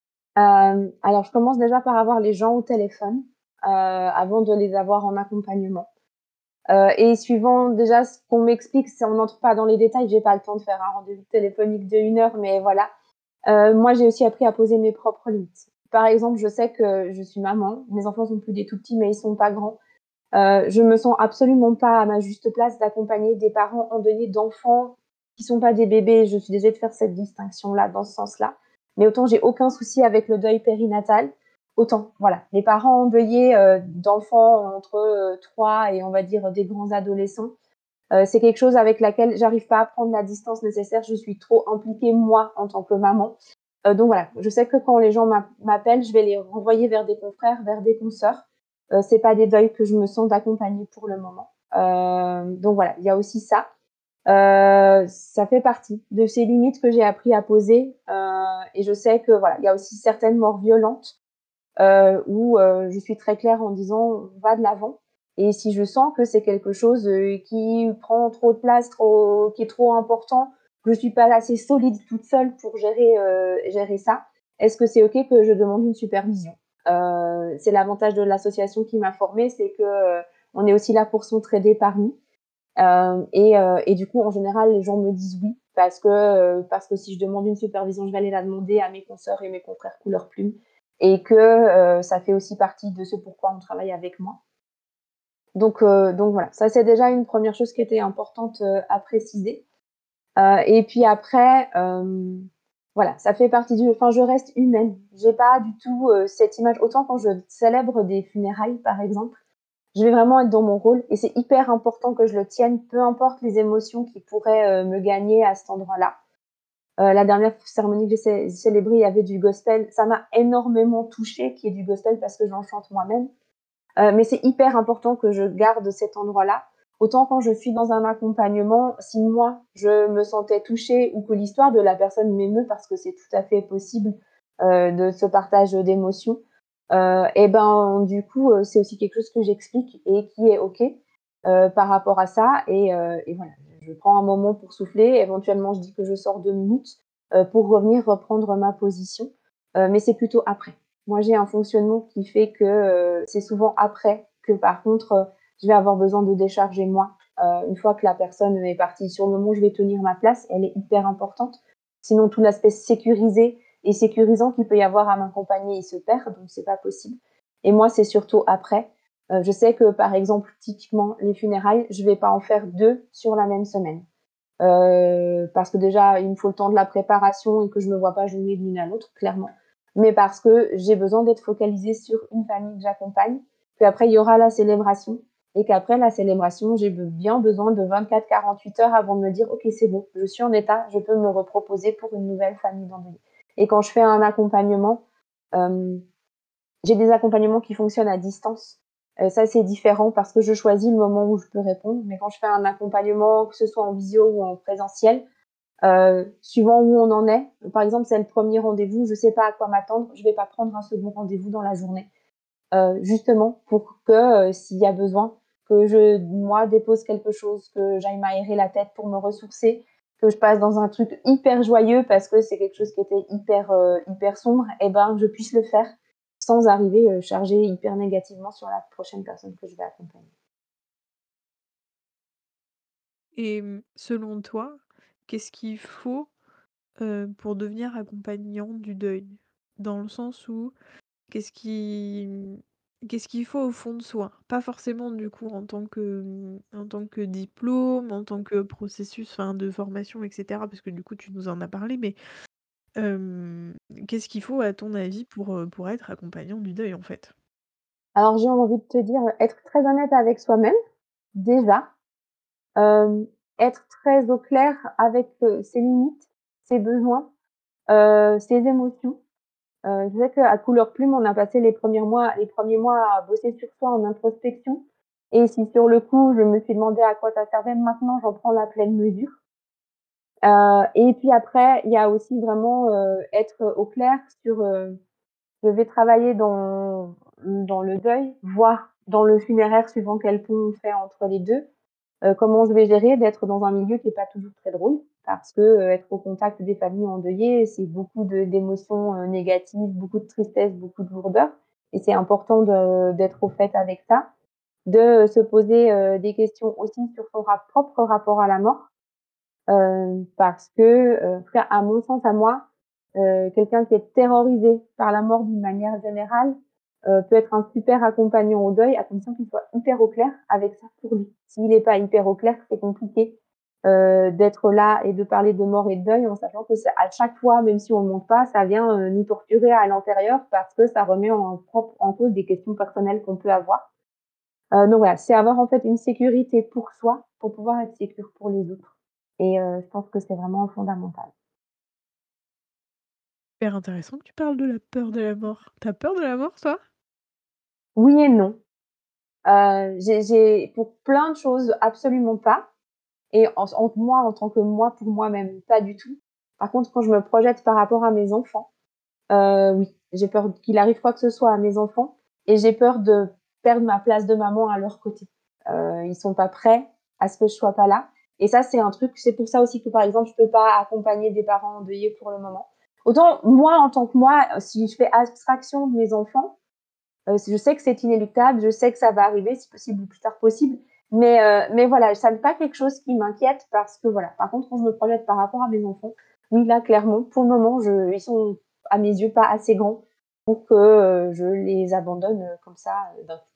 Hem, alors je commence déjà par avoir les gens au téléphone, heu, avant de les avoir en accompagnement. Heu et suivant déjà ce qu'on m'explique, si on n'entre pas dans les détails, j'ai pas le temps de faire un rendez-vous téléphonique de une heure, mais voilà. Heu, moi, j'ai aussi appris à poser mes propres limites. Par exemple, je sais que je suis maman, mes enfants sont plus des tout petits, mais ils sont pas grands. Heu, je me sens absolument pas à ma juste place d'accompagner des parents endeuillés d'enfants qui sont pas des bébés. Je suis désolée de faire cette distinction-là, dans ce sens-là. Mais autant j'ai aucun souci avec le deuil périnatal, autant, voilà, les parents endeuillés, heu, d'enfants entre, heu, trois et on va dire des grands adolescents, heu, c'est quelque chose avec laquelle j'arrive pas à prendre la distance nécessaire. Je suis trop impliquée, moi, en tant que maman. Heu, donc voilà, je sais que quand les gens m'app m'appellent, je vais les renvoyer vers des confrères, vers des consoeurs. Heu, c'est pas des deuils que je me sens d'accompagner pour le moment. Heu, donc voilà, il y a aussi ça. Heu, ça fait partie de ces limites que j'ai appris à poser, heu et je sais que voilà, il y a aussi certaines morts violentes, heu, où, heu, je suis très claire en disant: «On va de l'avant» et si je sens que c'est quelque chose, heu, qui prend trop de place, trop qui est trop important, que je suis pas assez solide toute seule pour gérer, heu, gérer ça, est-ce que c'est OK que je demande une supervision? Heu, c'est l'avantage de l'association qui m'a formée, c'est que, heu, on est aussi là pour s'entraider par nous. Hem et heu et du coup, en général, les gens me disent oui parce que, heu, parce que si je demande une supervision, je vais aller la demander à mes consoeurs et mes confrères couleur plume et que, heu, ça fait aussi partie de ce pourquoi on travaille avec moi. Donc heu, donc voilà, ça c'est déjà une première chose qui était importante, heu, à préciser. Heu et puis après, hem, voilà, ça fait partie du enfin je reste humaine. J'ai pas du tout, heu, cette image autant quand je célèbre des funérailles, par exemple, je vais vraiment être dans mon rôle et c'est hyper important que je le tienne, peu importe les émotions qui pourraient, heu, me gagner à cet endroit-là. Heu, la dernière cérémonie que j'ai cé célébrée, il y avait du gospel. Ça m'a énormément touchée qu'il y ait du gospel parce que j'en chante moi-même. Heu, mais c'est hyper important que je garde cet endroit-là. Autant quand je suis dans un accompagnement, si moi, je me sentais touchée ou que l'histoire de la personne m'émeut parce que c'est tout à fait possible, heu, de ce partage d'émotions, heu et ben, du coup, heu, c'est aussi quelque chose que j'explique et qui est OK, heu, par rapport à ça et heu et voilà. Je prends un moment pour souffler, éventuellement je dis que je sors deux minutes, heu, pour revenir reprendre ma position, heu, mais c'est plutôt après. Moi, j'ai un fonctionnement qui fait que, heu, c'est souvent après que par contre, heu, je vais avoir besoin de décharger moi. Heu, une fois que la personne est partie. Sur le moment, je vais tenir ma place, elle est hyper importante. Sinon tout l'aspect sécurisé et sécurisant qu'il peut y avoir à m'accompagner, il se perd, donc c'est pas possible et moi, c'est surtout après. Heu, je sais que, par exemple, typiquement, les funérailles, je vais pas en faire deux sur la même semaine. Heu, parce que déjà, il me faut le temps de la préparation et que je me vois pas jongler d'une à l'autre, clairement. Mais parce que j'ai besoin d'être focalisée sur une famille que j'accompagne, qu'après il y aura la célébration et qu'après la célébration, j'ai be bien besoin de vingt-quatre à quarante-huit heures avant de me dire: «OK, c'est bon, je suis en état, je peux me reproposer pour une nouvelle famille d'endeuillés» et quand je fais un accompagnement, hem, j'ai des accompagnements qui fonctionnent à distance. Heu, ça, c'est différent parce que je choisis le moment où je peux répondre, mais quand je fais un accompagnement, que ce soit en visio ou en présentiel, heu, suivant où on en est. Par exemple, c'est le premier rendez-vous, je sais pas à quoi m'attendre, je vais pas prendre un second rendez-vous dans la journée, heu, justement pour que, heu, s'il y a besoin, que je moi dépose quelque chose, que j'aille m'aérer la tête pour me ressourcer, que je passe dans un truc hyper joyeux parce que c'est quelque chose qui était hyper, heu, hyper sombre et ben, je puisse le faire sans arriver, heu, chargée hyper négativement sur la prochaine personne que je vais accompagner. Et mmh, selon toi, qu'est-ce qu'il faut, heu, pour devenir accompagnant du deuil? Dans le sens où, qu'est-ce qui, mmh, qu'est-ce qu'il faut au fond de soi? Pas forcément du coup en tant que, mmh, en tant que diplôme, en tant que processus, enfin de formation et cetera, parce que du coup tu nous en as parlé, mais hem, qu'est-ce qu'il faut à ton avis pour, heu, pour être accompagnant du deuil en fait? Alors j'ai envie de te dire, être très honnête avec soi-même, déjà, hem, être très au clair avec, heu, ses limites, ses besoins, heu, ses émotions. Heu, je sais qu'à Couleur Plume, on a passé les premiers mois les premiers mois à bosser sur soi en introspection et si sur le coup, je me suis demandé à quoi ça servait, maintenant j'en prends la pleine mesure. Heu et puis après, il y a aussi vraiment, heu, être au clair sur, heu, je vais travailler dans dans le deuil, voire dans le funéraire suivant quel pont on fait entre les deux. Heu, comment je vais gérer d'être dans un milieu qui est pas toujours très drôle parce que, heu, être au contact des familles endeuillées, c'est beaucoup de d'émotions, heu, négatives, beaucoup de tristesse, beaucoup de lourdeur et c'est important de d'être au fait avec ça. De se poser, heu, des questions aussi sur son rap propre rapport à la mort, heu, parce que, heu, en tout cas à mon sens à moi, heu, quelqu'un qui est terrorisé par la mort d'une manière générale, heu, peut être un super accompagnant au deuil à condition qu'il soit hyper au clair avec ça pour lui. S'il est pas hyper au clair, c'est compliqué, heu, d'être là et de parler de mort et de deuil en sachant que c'est à chaque fois, même si on le montre pas, ça vient, heu, nous torturer à l'intérieur parce que ça remet en propre en cause des questions personnelles qu'on peut avoir. Heu, donc voilà, c'est avoir en fait une sécurité pour soi, pour pouvoir être sécure pour les autres et heu, je pense que c'est vraiment fondamental. Super intéressant que tu parles de la peur de la mort. Tu as peur de la mort toi? Oui et non. Heu, j'ai j'ai pour plein de choses absolument pas et en en moi, en tant que moi, pour moi-même, pas du tout. Par contre, quand je me projette par rapport à mes enfants, heu, oui, j'ai peur qu'il arrive quoi que ce soit à mes enfants et j'ai peur de perdre ma place de maman à leur côté. Heu, ils sont pas prêts à ce que je sois pas là et ça, c'est un truc c'est pour ça aussi que, par exemple, je peux pas accompagner des parents endeuillés pour le moment. Autant moi, en tant que moi, si je fais abstraction de mes enfants, heu, je sais que c'est inéluctable, je sais que ça va arriver, si possible le plus tard possible, mais heu, mais voilà, ça n'est pas quelque chose qui m'inquiète parce que voilà. Par contre, quand je me projette par rapport à mes enfants, oui, là, clairement, pour le moment, je ils sont, à mes yeux, pas assez grands pour que, heu, je les abandonne, heu, comme ça, heu, d'un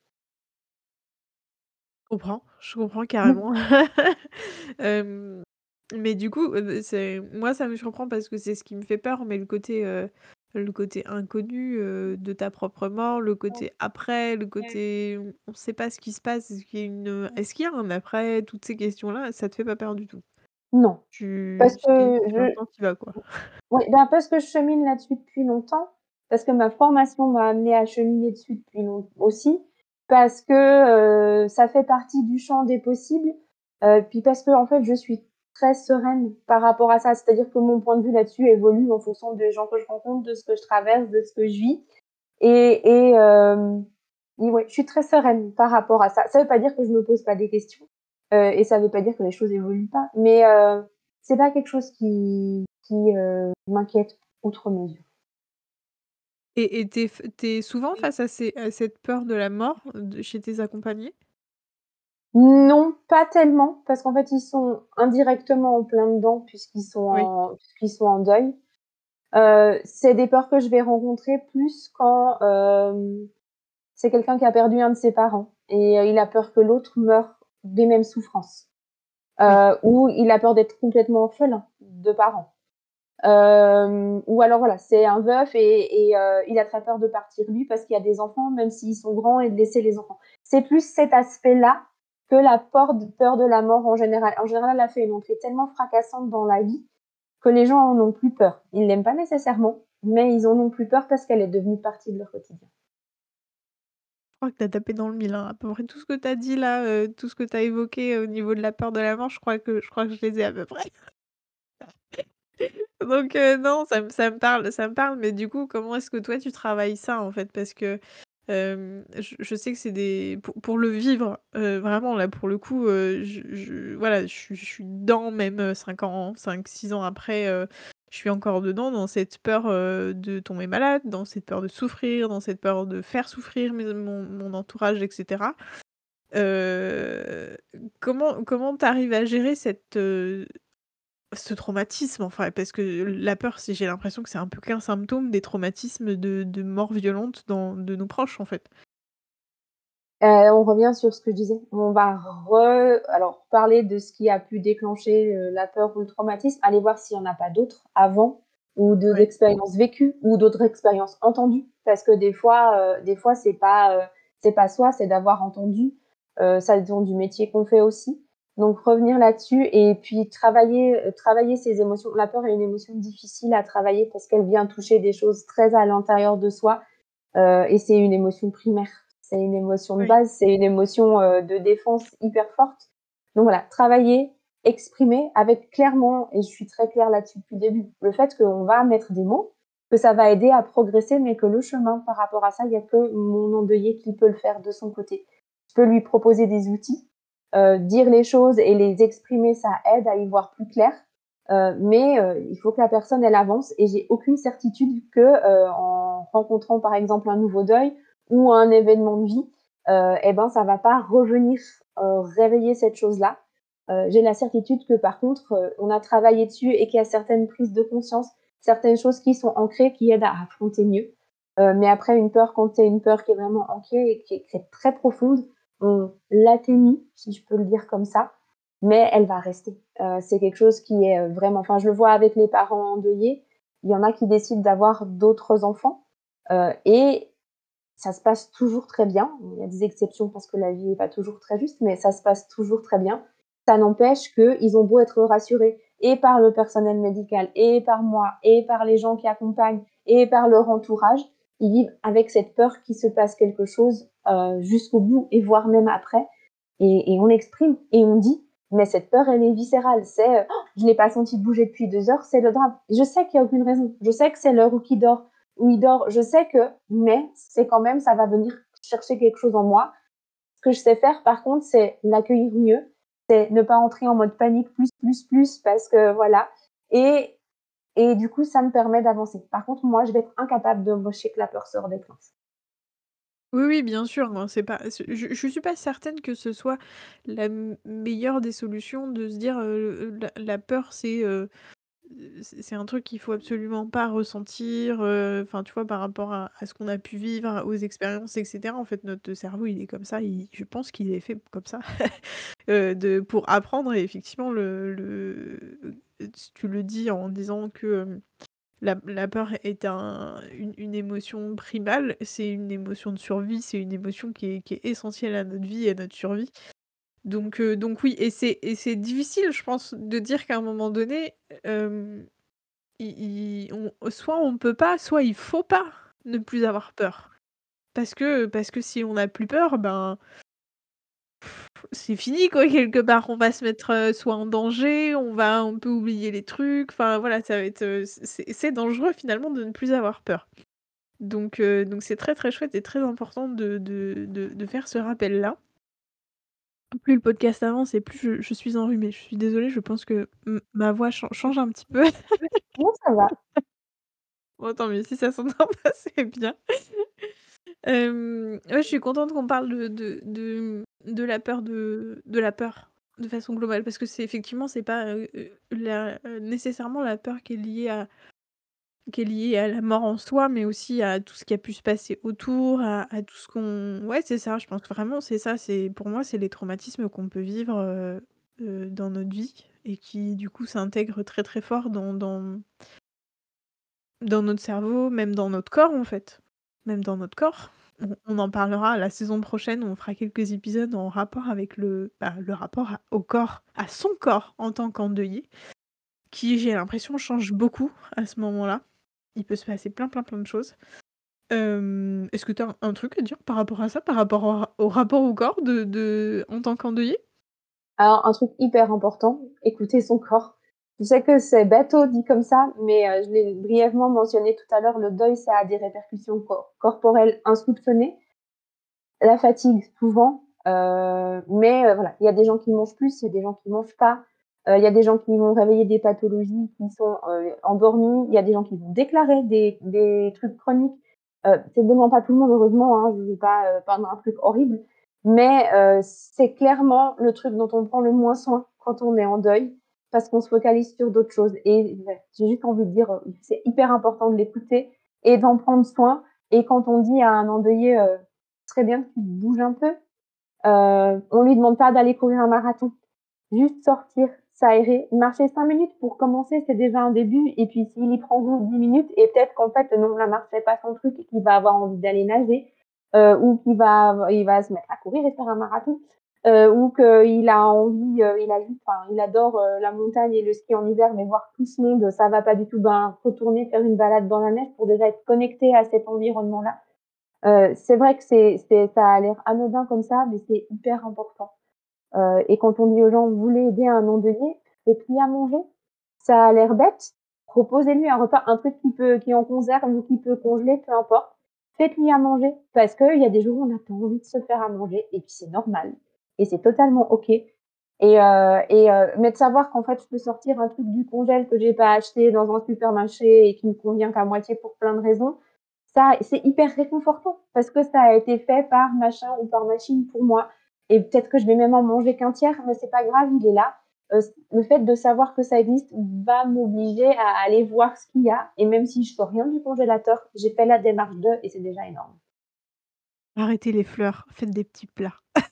Je comprends, je comprends coup. carrément. Hem, mais du coup, heu, c'est moi ça me surprend parce que c'est ce qui me fait peur, mais le côté, heu, le côté inconnu, heu, de ta propre mort, le côté après, le côté on sait pas ce qui se passe, est-ce qu'il y a une, est-ce qu'il y a un après? Toutes ces questions-là, ça te fait pas peur du tout? Non, Tu parce tu y que tu je maintenant tu y vas quoi? oui, ben, parce que je chemine là-dessus depuis longtemps, parce que ma formation m'a amenée à cheminer dessus depuis long aussi, parce que, heu, ça fait partie du champ des possibles, heu, puis parce qu'en fait, je suis très sereine par rapport à ça. C'est-à-dire que mon point de vue là-dessus évolue en fonction des gens que je rencontre, de ce que je traverse, de ce que je vis et et hem, et ouais, je suis très sereine par rapport à ça. Ça veut pas dire que je me pose pas des questions, heu et ça veut pas dire que les choses évoluent pas, mais heu, c'est pas quelque chose qui qui, heu, m'inquiète outre mesure. Et et tu es f tu souvent face à ces à cette peur de la mort, de chez tes accompagnés? Non, pas tellement, parce qu'en fait, ils sont indirectement en plein dedans puisqu'ils sont Oui, en puisqu'ils sont en deuil. Heu, c'est des peurs que je vais rencontrer plus quand, hem, c'est quelqu'un qui a perdu un de ses parents et heu, il a peur que l'autre meure des mêmes souffrances. oui. Heu, ou il a peur d'être complètement orphelin de parents. Hem, ou alors voilà, c'est un veuf et et heu, il a très peur de partir lui parce qu'il y a des enfants, même s'ils sont grands et de laisser les enfants. C'est plus cet aspect-là que la peur de peur de la mort en général. En général, elle a fait une entrée tellement fracassante dans la vie que les gens en ont plus peur. Ils l'aiment pas nécessairement, mais ils en ont plus peur parce qu'elle est devenue partie de leur quotidien. Je crois que tu as tapé dans le mille, hein. À peu près tout ce que tu as dit là, heu, tout ce que tu as évoqué au niveau de la peur de la mort, je crois que je crois que je les ai à peu près. Donc heu, non, ça me ça me parle ça me parle, mais du coup, comment est-ce que toi tu travailles ça, en fait? Parce que, hem, je je sais que c'est des pour pour le vivre, heu, vraiment là, pour le coup, heu, je je voilà, je suis je suis dedans même, heu, cinq ans cinq six ans après, heu, je suis encore dedans, dans cette peur, heu, de tomber malade, dans cette peur de souffrir, dans cette peur de faire souffrir mes mon mon entourage et cetera. Heu, comment comment tu arrives à gérer cette, heu ce traumatisme, enfin, parce que la peur, c'est j'ai l'impression que c'est un peu qu'un symptôme des traumatismes de de mort violente dans de nos proches, en fait. Heu, on revient sur ce que je disais, on va re alors parler de ce qui a pu déclencher, heu, la peur ou le traumatisme, aller voir s'il y en a pas d'autres avant ou de Ouais. d'expériences vécues ou d'autres expériences entendues. Parce que des fois, heu, des fois c'est pas, heu, c'est pas soi, c'est d'avoir entendu, heu, ça dépend du métier qu'on fait aussi. Donc revenir là-dessus et puis travailler, heu, travailler ses émotions. La peur est une émotion difficile à travailler parce qu'elle vient toucher des choses très à l'intérieur de soi. Heu et c'est une émotion primaire. C'est une émotion de Oui. base, c'est une émotion, heu, de défense hyper forte. Donc voilà, travailler, exprimer avec clairement et je suis très claire là-dessus depuis le début, le fait qu'on va mettre des mots, que ça va aider à progresser, mais que le chemin par rapport à ça, il y a que mon endeuillé qui peut le faire de son côté. Je peux lui proposer des outils, heu, dire les choses et les exprimer, ça aide à y voir plus clair. Heu, mais heu, il faut que la personne, elle avance et j'ai aucune certitude que, heu, en rencontrant, par exemple, un nouveau deuil ou un événement de vie, heu et ben, ça va pas revenir, heu, réveiller cette chose-là. Heu, j'ai la certitude que, par contre, heu, on a travaillé dessus et qu'il y a certaines prises de conscience, certaines choses qui sont ancrées, qui aident à affronter mieux. Heu, mais après une peur, quand c'est une peur qui est vraiment ancrée et qui est qui est très profonde, on l'atténue, si je peux le dire comme ça, mais elle va rester. Heu, c'est quelque chose qui est, heu, vraiment enfin, je le vois avec les parents endeuillés. Il y en a qui décident d'avoir d'autres enfants, heu et ça se passe toujours très bien. Il y a des exceptions parce que la vie est pas toujours très juste, mais ça se passe toujours très bien. Ça n'empêche qu'ils ont beau être rassurés et par le personnel médical et par moi et par les gens qui accompagnent et par leur entourage, ils vivent avec cette peur qu'il se passe quelque chose, heu, jusqu'au bout et voire même après et et on l'exprime et on dit, mais cette peur, elle est viscérale. C'est, heu: «Je l'ai pas senti bouger depuis deux heures, c'est le drame». Je sais qu'il y a aucune raison. Je sais que c'est l'heure où qu'il dort où il dort. Je sais que mais c'est quand même ça va venir chercher quelque chose en moi. Ce que je sais faire, par contre, c'est l'accueillir mieux, c'est ne pas entrer en mode panique plus, plus, plus parce que voilà et et du coup, ça me permet d'avancer. Par contre, moi, je vais être incapable de m'empêcher que la peur se redéclenche. Oui, oui, bien sûr, hein, c'est pas c'est je je suis pas certaine que ce soit la m meilleure des solutions de se dire, heu, la la peur c'est, heu, c'est c'est un truc qu'il faut absolument pas ressentir, heu, enfin, tu vois, par rapport à à ce qu'on a pu vivre, aux expériences et cetera. En fait, notre cerveau, il est comme ça, il je pense qu'il est fait comme ça, heu, de pour apprendre et effectivement le le tu le dis en disant que, hem la la peur est un une une émotion primale, c'est une émotion de survie, c'est une émotion qui est qui est essentielle à notre vie et à notre survie. Donc heu, donc oui et c'est et c'est difficile, je pense, de dire qu'à un moment donné, hem, i i on soit on peut pas, soit il faut pas ne plus avoir peur. Parce que parce que si on n'a plus peur, ben c'est fini quoi quelque part. On va se mettre, heu, soit en danger, on va on peut oublier les trucs, enfin voilà, ça va être, heu, c'est c'est dangereux finalement de ne plus avoir peur. Donc heu, donc c'est très, très chouette et très important de de de de faire ce rappel-là. Plus le podcast avance et plus je je suis enrhumée. Je suis désolée, je pense que m ma voix chan change un petit peu. Non, ça va. Bon tant mieux, si ça s'entend pas, c'est bien. Hem, ouais, je suis contente qu'on parle de de de de la peur de de la peur, de façon globale, parce que c'est effectivement, c'est pas, heu heu, la heu, nécessairement la peur qui est liée à qui est liée à la mort en soi, mais aussi à tout ce qui a pu se passer autour, à à tout ce qu'on ouais, c'est ça, je pense que vraiment c'est ça, c'est pour moi, c'est les traumatismes qu'on peut vivre, heu heu, dans notre vie et qui, du coup, s'intègrent très, très fort dans dans dans notre cerveau, même dans notre corps, en fait. Même dans notre corps. On on en parlera la saison prochaine, on fera quelques épisodes en rapport avec le, bah, le rapport à au corps, à son corps en tant qu'endeuillé, qui, j'ai l'impression, change beaucoup à ce moment-là. Il peut se passer plein, plein, plein de choses. Hem, est-ce que tu as un un truc à dire par rapport à ça? Par rapport au ra au rapport au corps de de en tant qu'endeuillé? Alors un truc hyper important, écouter son corps. Je sais que c'est bateau dit comme ça, mais euh, je l'ai brièvement mentionné tout à l'heure, le deuil, ça a des répercussions cor- corporelles insoupçonnées, la fatigue souvent, euh, mais euh, voilà, il y a des gens qui mangent plus, il y a des gens qui mangent pas, euh, il y a des gens qui vont réveiller des pathologies qui sont euh, endormies, il y a des gens qui vont déclarer des, des trucs chroniques. Euh, c'est vraiment pas tout le monde, heureusement, hein, je ne veux pas euh, peindre un truc horrible, mais euh, c'est clairement le truc dont on prend le moins soin quand on est en deuil, parce qu'on se focalise sur d'autres choses. Et ouais, j'ai juste envie de dire, euh, c'est hyper important de l'écouter et d'en prendre soin. Et quand on dit à un endeuillé, euh, très bien que tu bouges un peu. Euh, on lui demande pas d'aller courir un marathon. Juste sortir, s'aérer, marcher cinq minutes pour commencer, c'est déjà un début. Et puis s'il y prend goût dix minutes, et peut-être qu'en fait, non, la marche c'est pas son truc et qu'il va avoir envie d'aller nager, euh, ou qu'il va, il va se mettre à courir et faire un marathon, euh, ou qu'il a envie, euh, il a juste, enfin, il adore euh, la montagne et le ski en hiver, mais voir tout ce monde, ça va pas du tout. Ben, retourner faire une balade dans la neige pour déjà être connecté à cet environnement-là. Euh, c'est vrai que c'est, c'est, ça a l'air anodin comme ça, mais c'est hyper important. Euh, et quand on dit aux gens, vous voulez aider un non-deuillé, faites-lui à manger. Ça a l'air bête. Proposez-lui un repas, un truc qui peut, qui est en conserve ou qui peut congeler, peu importe. Faites-lui à manger. Parce qu'il y a des jours où on n'a pas envie de se faire à manger, et puis c'est normal. Et c'est totalement OK. Et, euh, et euh, mais de savoir qu'en fait, je peux sortir un truc du congèle que j'ai pas acheté dans un supermarché et qui me convient qu'à moitié pour plein de raisons, ça, c'est hyper réconfortant parce que ça a été fait par machin ou par machine pour moi. Et peut-être que je vais même en manger qu'un tiers, mais c'est pas grave, il est là. Euh, le fait de savoir que ça existe va m'obliger à aller voir ce qu'il y a. Et même si je sors rien du congélateur, j'ai fait la démarche de et c'est déjà énorme. Arrêtez les fleurs, faites des petits plats.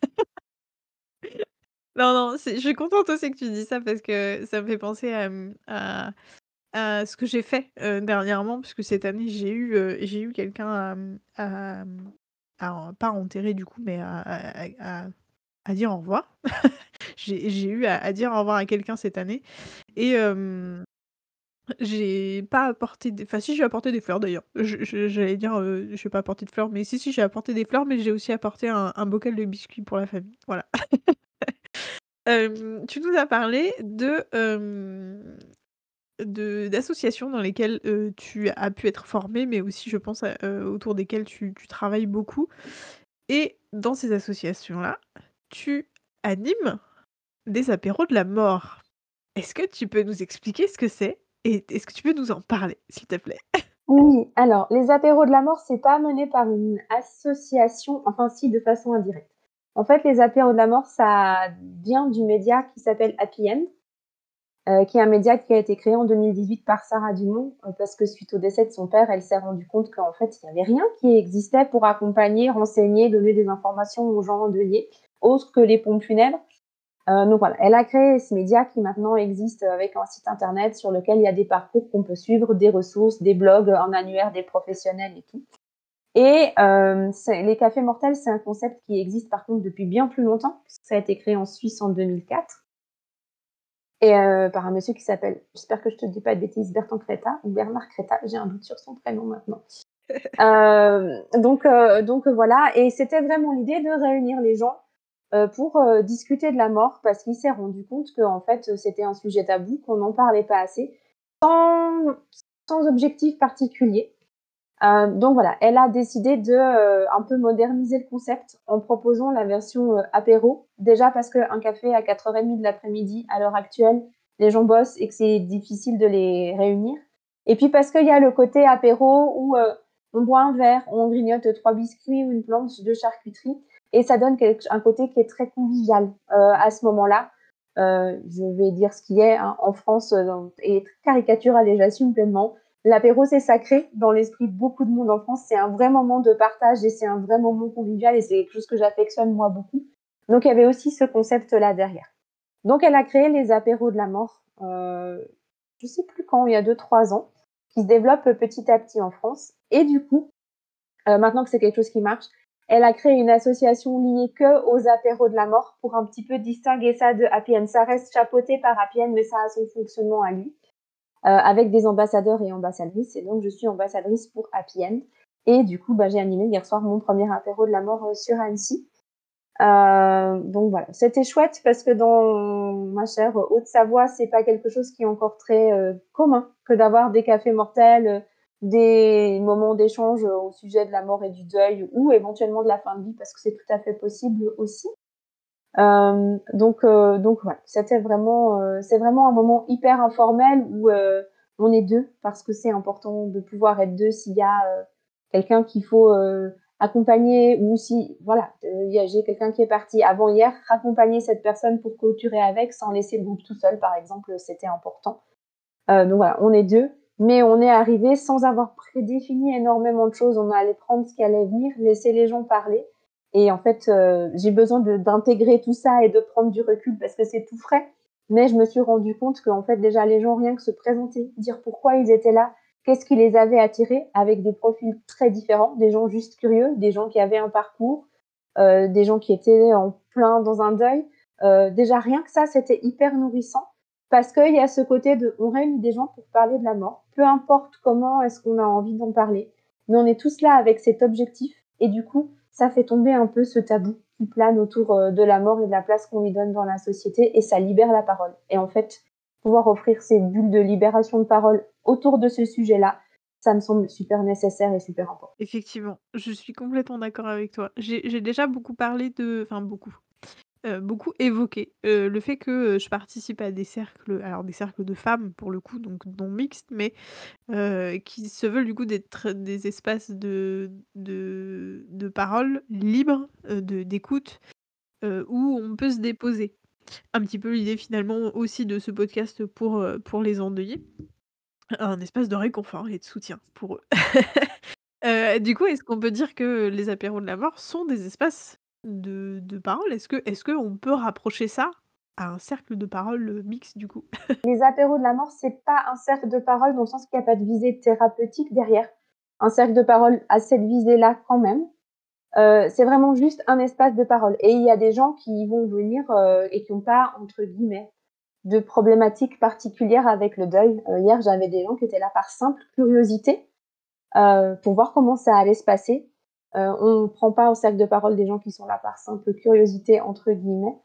Non, non, c'est je suis contente aussi que tu dis ça parce que ça me fait penser à, mmh, à à ce que j'ai fait, heu, dernièrement puisque cette année j'ai eu, heu, j'ai eu quelqu'un à, mmh, à, mmh, à en pas enterrer du coup, mais à à à à à dire au revoir. J'ai j'ai eu à à dire au revoir à quelqu'un cette année et hem, j'ai pas apporté des enfin si j'ai apporté des fleurs d'ailleurs. Je je j'allais dire, heu, j'ai pas apporté de fleurs, mais si, si j'ai apporté des fleurs, mais j'ai aussi apporté un un bocal de biscuits pour la famille, voilà. Hem, tu nous as parlé de, hem, de d'associations dans lesquelles, heu, tu as pu être formé, mais aussi je pense à, heu, autour desquelles tu tu travailles beaucoup et dans ces associations-là, tu animes des apéros de la mort. Est-ce que tu peux nous expliquer ce que c'est? Et est-ce que tu peux nous en parler, s'il te plaît? Oui, alors les apéros de la mort, c'est pas mené par une association, enfin si, de façon indirecte. En fait, les apéros de la mort, ça vient du média qui s'appelle Happy End, euh, qui est un média qui a été créé en deux mille dix-huit par Sarah Dumont, euh, parce que suite au décès de son père, elle s'est rendue compte qu'en fait, il n'y avait rien qui existait pour accompagner, renseigner, donner des informations aux gens endeuillés, autres que les pompes funèbres. Euh, donc voilà, elle a créé ce média qui maintenant existe avec un site internet sur lequel il y a des parcours qu'on peut suivre, des ressources, des blogs, un annuaire des professionnels et tout. Et euh, les cafés mortels, c'est un concept qui existe par contre depuis bien plus longtemps, puisque ça a été créé en Suisse en deux mille quatre. Et euh, par un monsieur qui s'appelle, j'espère que je te dis pas de bêtises, Bertrand Creta ou Bernard Creta, j'ai un doute sur son prénom maintenant. Euh, donc, euh, donc voilà, et c'était vraiment l'idée de réunir les gens euh, pour euh, discuter de la mort, parce qu'il s'est rendu compte que en fait c'était un sujet tabou, qu'on n'en parlait pas assez, sans, sans objectif particulier. Euh, donc voilà, elle a décidé de euh, un peu moderniser le concept en proposant la version euh, apéro. Déjà parce qu'un café à quatre heures trente de l'après-midi, à l'heure actuelle, les gens bossent et que c'est difficile de les réunir. Et puis parce qu'il y a le côté apéro où euh, on boit un verre, on grignote trois biscuits ou une planche de charcuterie et ça donne quelque, un côté qui est très convivial euh, à ce moment-là. Euh, je vais dire ce qui est hein, en France euh, et caricatural et j'assume pleinement. L'apéro, c'est sacré dans l'esprit de beaucoup de monde en France. C'est un vrai moment de partage et c'est un vrai moment convivial et c'est quelque chose que j'affectionne moi beaucoup. Donc, il y avait aussi ce concept-là derrière. Donc, elle a créé les apéros de la mort, euh, je sais plus quand, il y a deux, trois ans, qui se développent petit à petit en France. Et du coup, euh, maintenant que c'est quelque chose qui marche, elle a créé une association liée que aux apéros de la mort pour un petit peu distinguer ça de Happy End. Ça reste chapeauté par Happy End, mais ça a son fonctionnement à lui. Euh, avec des ambassadeurs et ambassadrices. Et donc, je suis ambassadrice pour Happy End. Et du coup, bah, j'ai animé hier soir mon premier apéro de la mort euh, sur Annecy. Heu, donc voilà, c'était chouette parce que dans ma chère Haute-Savoie, c'est pas quelque chose qui est encore très, heu, commun que d'avoir des cafés mortels, heu, des moments d'échange, heu, au sujet de la mort et du deuil ou éventuellement de la fin de vie parce que c'est tout à fait possible aussi. Hem, donc heu, donc voilà, c'était vraiment, heu, c'est vraiment un moment hyper informel où, heu, on est deux parce que c'est important de pouvoir être deux s'il y a, heu, quelqu'un qu'il faut, heu, accompagner ou si voilà, heu, il y a j'ai quelqu'un qui est parti avant hier, raccompagner cette personne pour clôturer avec sans laisser le groupe tout seul par exemple, c'était important. Heu, donc voilà, on est deux, mais on est arrivés sans avoir prédéfini énormément de choses. On allait prendre ce qui allait venir, laisser les gens parler et en fait, heu, j'ai besoin de d'intégrer tout ça et de prendre du recul parce que c'est tout frais. Mais je me suis rendu compte qu'en fait, déjà, les gens, rien que se présenter, dire pourquoi ils étaient là, qu'est-ce qui les avait attirés, avec des profils très différents, des gens juste curieux, des gens qui avaient un parcours, heu, des gens qui étaient en plein dans un deuil. Heu, déjà, rien que ça, c'était hyper nourrissant parce qu'il y a ce côté de on réunit des gens pour parler de la mort, peu importe comment est-ce qu'on a envie d'en parler, mais on est tous là avec cet objectif et du coup, ça fait tomber un peu ce tabou qui plane autour euh, de la mort et de la place qu'on lui donne dans la société et ça libère la parole. Et en fait, pouvoir offrir ces bulles de libération de parole autour de ce sujet-là, ça me semble super nécessaire et super important. Effectivement, je suis complètement d'accord avec toi. J'ai j'ai déjà beaucoup parlé de enfin beaucoup, heu, beaucoup évoqué, heu, le fait que, heu, je participe à des cercles, alors des cercles de femmes pour le coup, donc non mixtes, mais heu, qui se veulent du coup d'être des espaces de de de parole libre, heu, de d'écoute, heu, où on peut se déposer. Un petit peu l'idée finalement aussi de ce podcast pour, heu, pour les endeuillés. Un espace de réconfort et de soutien pour eux. Heu, du coup, est-ce qu'on peut dire que les apéros de la mort sont des espaces de de parole? Est-ce que est-ce qu'on peut rapprocher ça à un cercle de parole, heu, mixte du coup? Les apéros de la mort, c'est pas un cercle de parole dans le sens qu'il y a pas de visée thérapeutique derrière. Un cercle de parole a cette visée-là quand même. Heu, c'est vraiment juste un espace de parole et il y a des gens qui vont venir, heu, et qui ont pas, entre guillemets, de problématiques particulières avec le deuil. Heu, hier, j'avais des gens qui étaient là par simple curiosité, heu, pour voir comment ça allait se passer. Heu, on prend pas au cercle de parole des gens qui sont là par simple «curiosité» entre guillemets.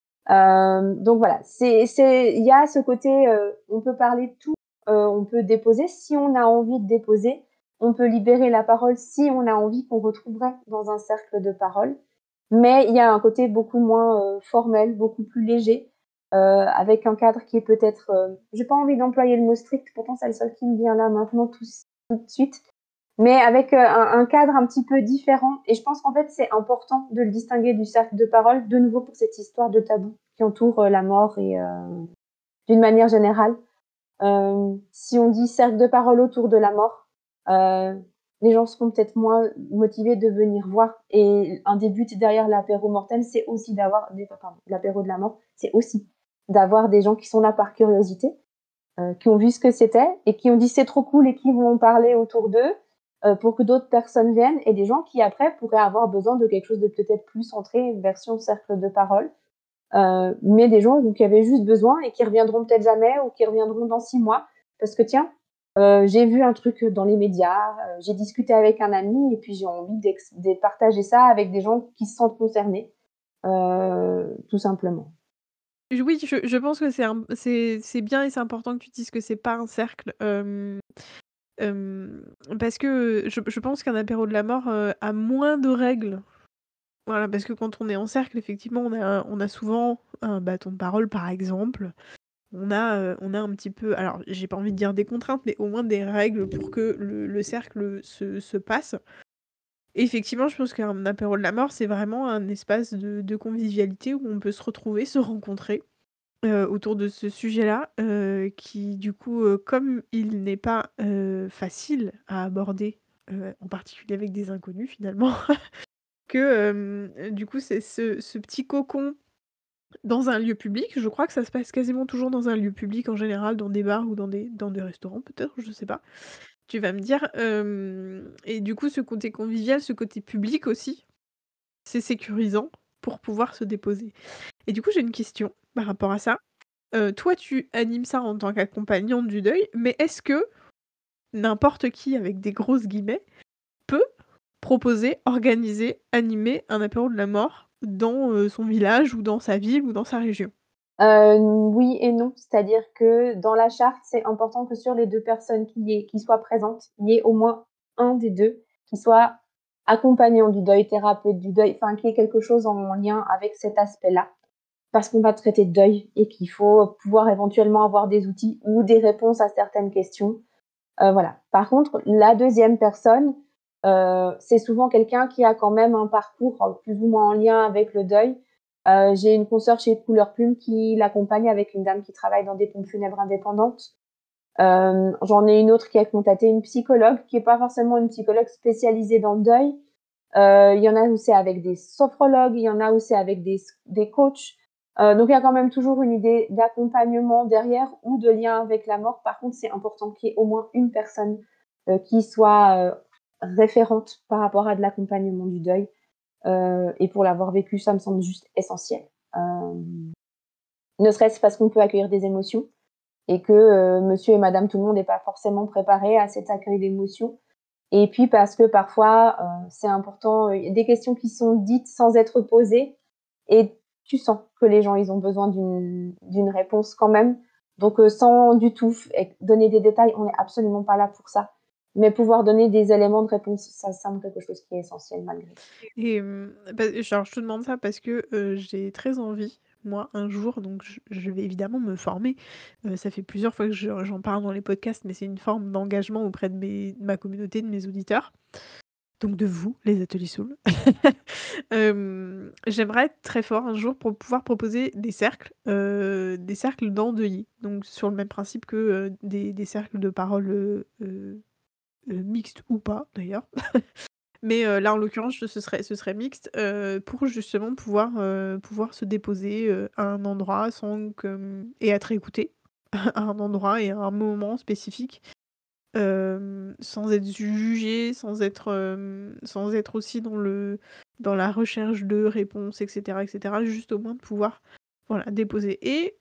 Hem, donc voilà, c'est c'est il y a ce côté, heu, on peut parler de tout, heu, on peut déposer si on a envie de déposer, on peut libérer la parole si on a envie qu'on retrouverait dans un cercle de parole. Mais il y a un côté beaucoup moins, heu, formel, beaucoup plus léger, heu, avec un cadre qui est peut-être, heu, j'ai pas envie d'employer le mot strict, pourtant c'est le seul qui me vient là maintenant tout s tout de suite, mais avec, heu, un un cadre un petit peu différent et je pense qu'en fait, c'est important de le distinguer du cercle de parole, de nouveau pour cette histoire de tabou qui entoure, heu, la mort et heu, d'une manière générale. Hem, si on dit cercle de parole autour de la mort, heu, les gens seront peut-être moins motivés de venir voir et un des buts derrière l'apéro mortel, c'est aussi d'avoir des pardon, l'apéro de la mort, c'est aussi d'avoir des gens qui sont là par curiosité, heu, qui ont vu ce que c'était et qui ont dit: «C'est trop cool» et qui vont en parler autour d'eux, heu, pour que d'autres personnes viennent et des gens qui après pourraient avoir besoin de quelque chose de peut-être plus centré, une version cercle de parole, heu, mais des gens qui avaient juste besoin et qui reviendront peut-être jamais ou qui reviendront dans six mois parce que tiens, heu, j'ai vu un truc dans les médias, heu, j'ai discuté avec un ami et puis j'ai envie d'ex de partager ça avec des gens qui se sentent concernés, heu, tout simplement. Oui, je je pense que c'est un c'est c'est bien et c'est important que tu dises que c'est pas un cercle, hem, hem, parce que, je je pense qu'un apéro de la mort, heu, a moins de règles. Voilà, parce que quand on est en cercle, effectivement, on a on a souvent un bâton de parole, par exemple. On a, heu, on a un petit peu alors j'ai pas envie de dire des contraintes, mais au moins des règles pour que le le cercle se se passe. Et effectivement, je pense qu'un apéro de la mort, c'est vraiment un espace de de convivialité où on peut se retrouver, se rencontrer, heu, autour de ce sujet-là, heu, qui du coup, heu, comme il n'est pas, heu, facile à aborder, heu, en particulier avec des inconnus finalement, que, hem, du coup, c'est ce ce petit cocon dans un lieu public. Je crois que ça se passe quasiment toujours dans un lieu public en général, dans des bars ou dans des dans des restaurants peut-être, je sais pas. Tu vas me dire, hem et du coup ce côté convivial, ce côté public aussi, c'est sécurisant pour pouvoir se déposer. Et du coup j'ai une question par rapport à ça. Heu, toi tu animes ça en tant qu'accompagnante du deuil, mais est-ce que n'importe qui avec des grosses guillemets peut proposer, organiser, animer un apéro de la mort dans, heu, son village ou dans sa ville ou dans sa région? Heu, oui et non. C'est-à-dire que dans la charte, c'est important que sur les deux personnes qui y qui soient présentes, il y ait au moins un des deux qui soit accompagnant du deuil, thérapeute du deuil, enfin qu'il y ait quelque chose en lien avec cet aspect-là. Parce qu'on va traiter de deuil et qu'il faut pouvoir éventuellement avoir des outils ou des réponses à certaines questions. Heu, voilà. Par contre, la deuxième personne, heu, c'est souvent quelqu'un qui a quand même un parcours, heu, plus ou moins en lien avec le deuil. Heu, j'ai une consoeur chez Couleur Plume qui l'accompagne avec une dame qui travaille dans des pompes funèbres indépendantes. Hem, j'en ai une autre qui a contacté une psychologue, qui est pas forcément une psychologue spécialisée dans le deuil. Heu, il y en a où c'est avec des sophrologues, il y en a où c'est avec des s des coachs. Heu, donc il y a quand même toujours une idée d'accompagnement derrière ou de lien avec la mort. Par contre, c'est important qu'il y ait au moins une personne, heu, qui soit, heu, référente par rapport à de l'accompagnement du deuil. Heu et pour l'avoir vécu, ça me semble juste essentiel. Hem, ne serait-ce parce qu'on peut accueillir des émotions et que, heu, monsieur et madame tout le monde n'est pas forcément préparé à cet accueil d'émotions. Et puis parce que parfois, heu, c'est important, heu, il y a des questions qui sont dites sans être posées et tu sens que les gens, ils ont besoin d'une d'une réponse quand même. Donc, heu, sans du tout f et donner des détails, on n'est absolument pas là pour ça. Mais pouvoir donner des éléments de réponse, ça semble quelque chose qui est essentiel malgré tout. Et mmh, bah, genre, je te demande ça parce que, heu, j'ai très envie, moi, un jour, donc je je vais évidemment me former. Heu, ça fait plusieurs fois que je j'en parle dans les podcasts, mais c'est une forme d'engagement auprès de mes de ma communauté, de mes auditeurs, donc de vous, les ateliers Soul. Hem, j'aimerais très fort un jour pour pouvoir proposer des cercles, heu, des cercles d'endeuillés, donc sur le même principe que, heu, des des cercles de parole, heu heu heu, mixtes ou pas d'ailleurs. Mais heu, là, en l'occurrence, ce serait ce serait mixte, heu, pour justement pouvoir, heu, pouvoir se déposer, heu, à un endroit sans que, mmh et être écouté à un endroit et à un moment spécifique, hem, sans être jugé, sans être, hem, sans être aussi dans le dans la recherche de réponses et cetera et cetera. Juste au moins de pouvoir, voilà, déposer et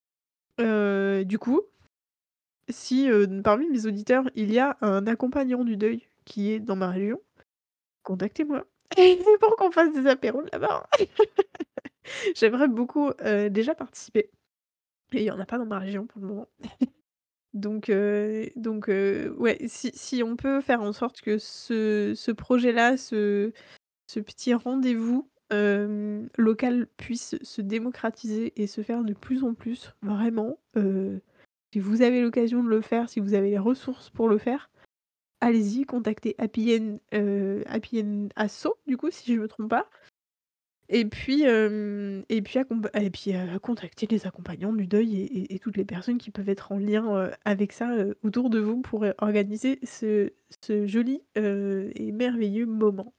heu, du coup, si, heu, parmi mes auditeurs, il y a un accompagnant du deuil qui est dans ma région, contactez-moi pour qu'on fasse des apéros là-bas. J'aimerais beaucoup, heu, déjà participer et il y en a pas dans ma région pour le moment. Donc heu donc heu, ouais, si si on peut faire en sorte que ce ce projet-là, ce ce petit rendez-vous, hem, local puisse se démocratiser et se faire de plus en plus, vraiment, heu, si vous avez l'occasion de le faire, si vous avez les ressources pour le faire, allez-y, contactez Happy End, heu, Happy End Asso, du coup, si je me trompe pas. Et puis, hem et puis accompa et puis, heu, contacter les accompagnants du deuil et et et toutes les personnes qui peuvent être en lien, heu, avec ça, heu, autour de vous pour, heu, organiser ce ce joli, heu et merveilleux moment.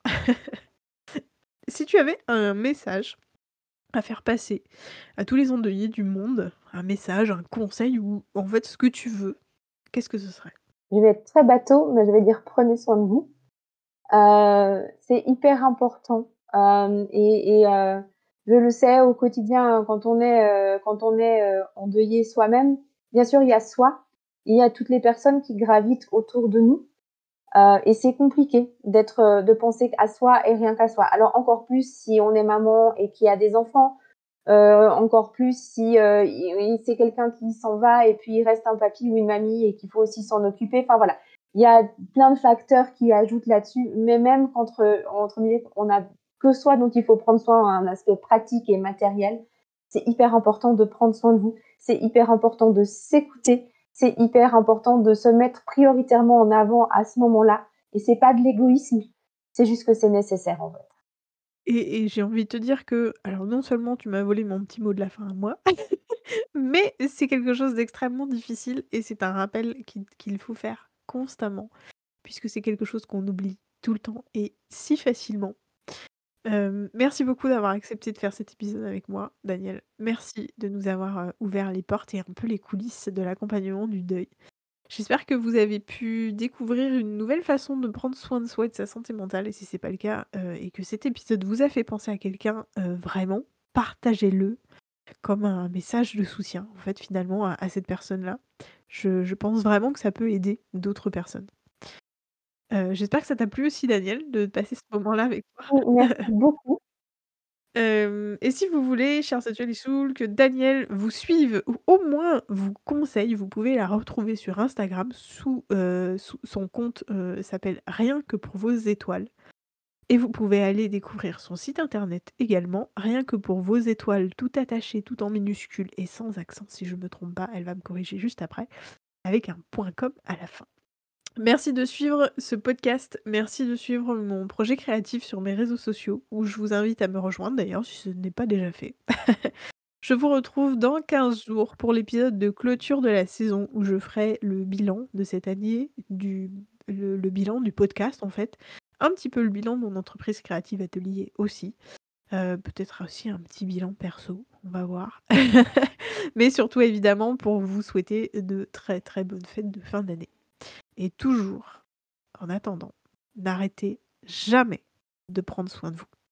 Si tu avais un message à faire passer à tous les endeuillés du monde, un message, un conseil ou en fait ce que tu veux, qu'est-ce que ce serait? Je vais être très bateau, mais je vais dire: «Prenez soin de vous». Heu, c'est hyper important, hem et et heu, je le sais au quotidien, hein, quand on est, heu, quand on est, heu, endeuillé soi-même. Bien sûr, il y a soi, il y a toutes les personnes qui gravitent autour de nous, heu et c'est compliqué d'être, heu, de penser à soi et rien qu'à soi. Alors encore plus si on est maman et qu'il y a des enfants, heu, encore plus si, heu, i i c'est quelqu'un qui s'en va et puis il reste un papy ou une mamie et qu'il faut aussi s'en occuper. Enfin voilà, il y a plein de facteurs qui ajoutent là-dessus, mais même qu'entre entre guillemets, on a que soi dont il faut prendre soin, un aspect pratique et matériel. C'est hyper important de prendre soin de vous. C'est hyper important de s'écouter. C'est hyper important de se mettre prioritairement en avant à ce moment-là et c'est pas de l'égoïsme, c'est juste que c'est nécessaire en vrai. Et et j'ai envie de te dire que, alors non seulement tu m'as volé mon petit mot de la fin à moi, mais c'est quelque chose d'extrêmement difficile et c'est un rappel qu'il qu'il faut faire constamment, puisque c'est quelque chose qu'on oublie tout le temps et si facilement. Hem, merci beaucoup d'avoir accepté de faire cet épisode avec moi, Daniel. Merci de nous avoir, heu, ouvert les portes et un peu les coulisses de l'accompagnement du deuil. J'espère que vous avez pu découvrir une nouvelle façon de prendre soin de soi et de sa santé mentale et si c'est pas le cas, heu, et que cet épisode vous a fait penser à quelqu'un, heu, vraiment, partagez-le comme un message de soutien, en fait, finalement, à à cette personne-là. Je je pense vraiment que ça peut aider d'autres personnes. Heu, j'espère que ça t'a plu aussi Daniel, de passer ce moment-là avec toi. Merci beaucoup. Hem et si vous voulez, chers Samuel et Soul, que Danielle vous suive ou au moins vous conseille, vous pouvez la retrouver sur Instagram sous, heu, sous son compte, heu, s'appelle Rien que pour vos étoiles et vous pouvez aller découvrir son site internet également, Rien que pour vos étoiles, tout attaché, tout en minuscules et sans accent si je me trompe pas, elle va me corriger juste après, avec un point .com à la fin. Merci de suivre ce podcast, merci de suivre mon projet créatif sur mes réseaux sociaux, où je vous invite à me rejoindre d'ailleurs si ce n'est pas déjà fait. Je vous retrouve dans quinze jours pour l'épisode de clôture de la saison où je ferai le bilan de cette année, du le le bilan du podcast en fait, un petit peu le bilan de mon entreprise créative atelier aussi, heu, peut-être aussi un petit bilan perso, on va voir. Mais surtout évidemment pour vous souhaiter de très, très bonnes fêtes de fin d'année et toujours, en attendant, n'arrêtez jamais de prendre soin de vous.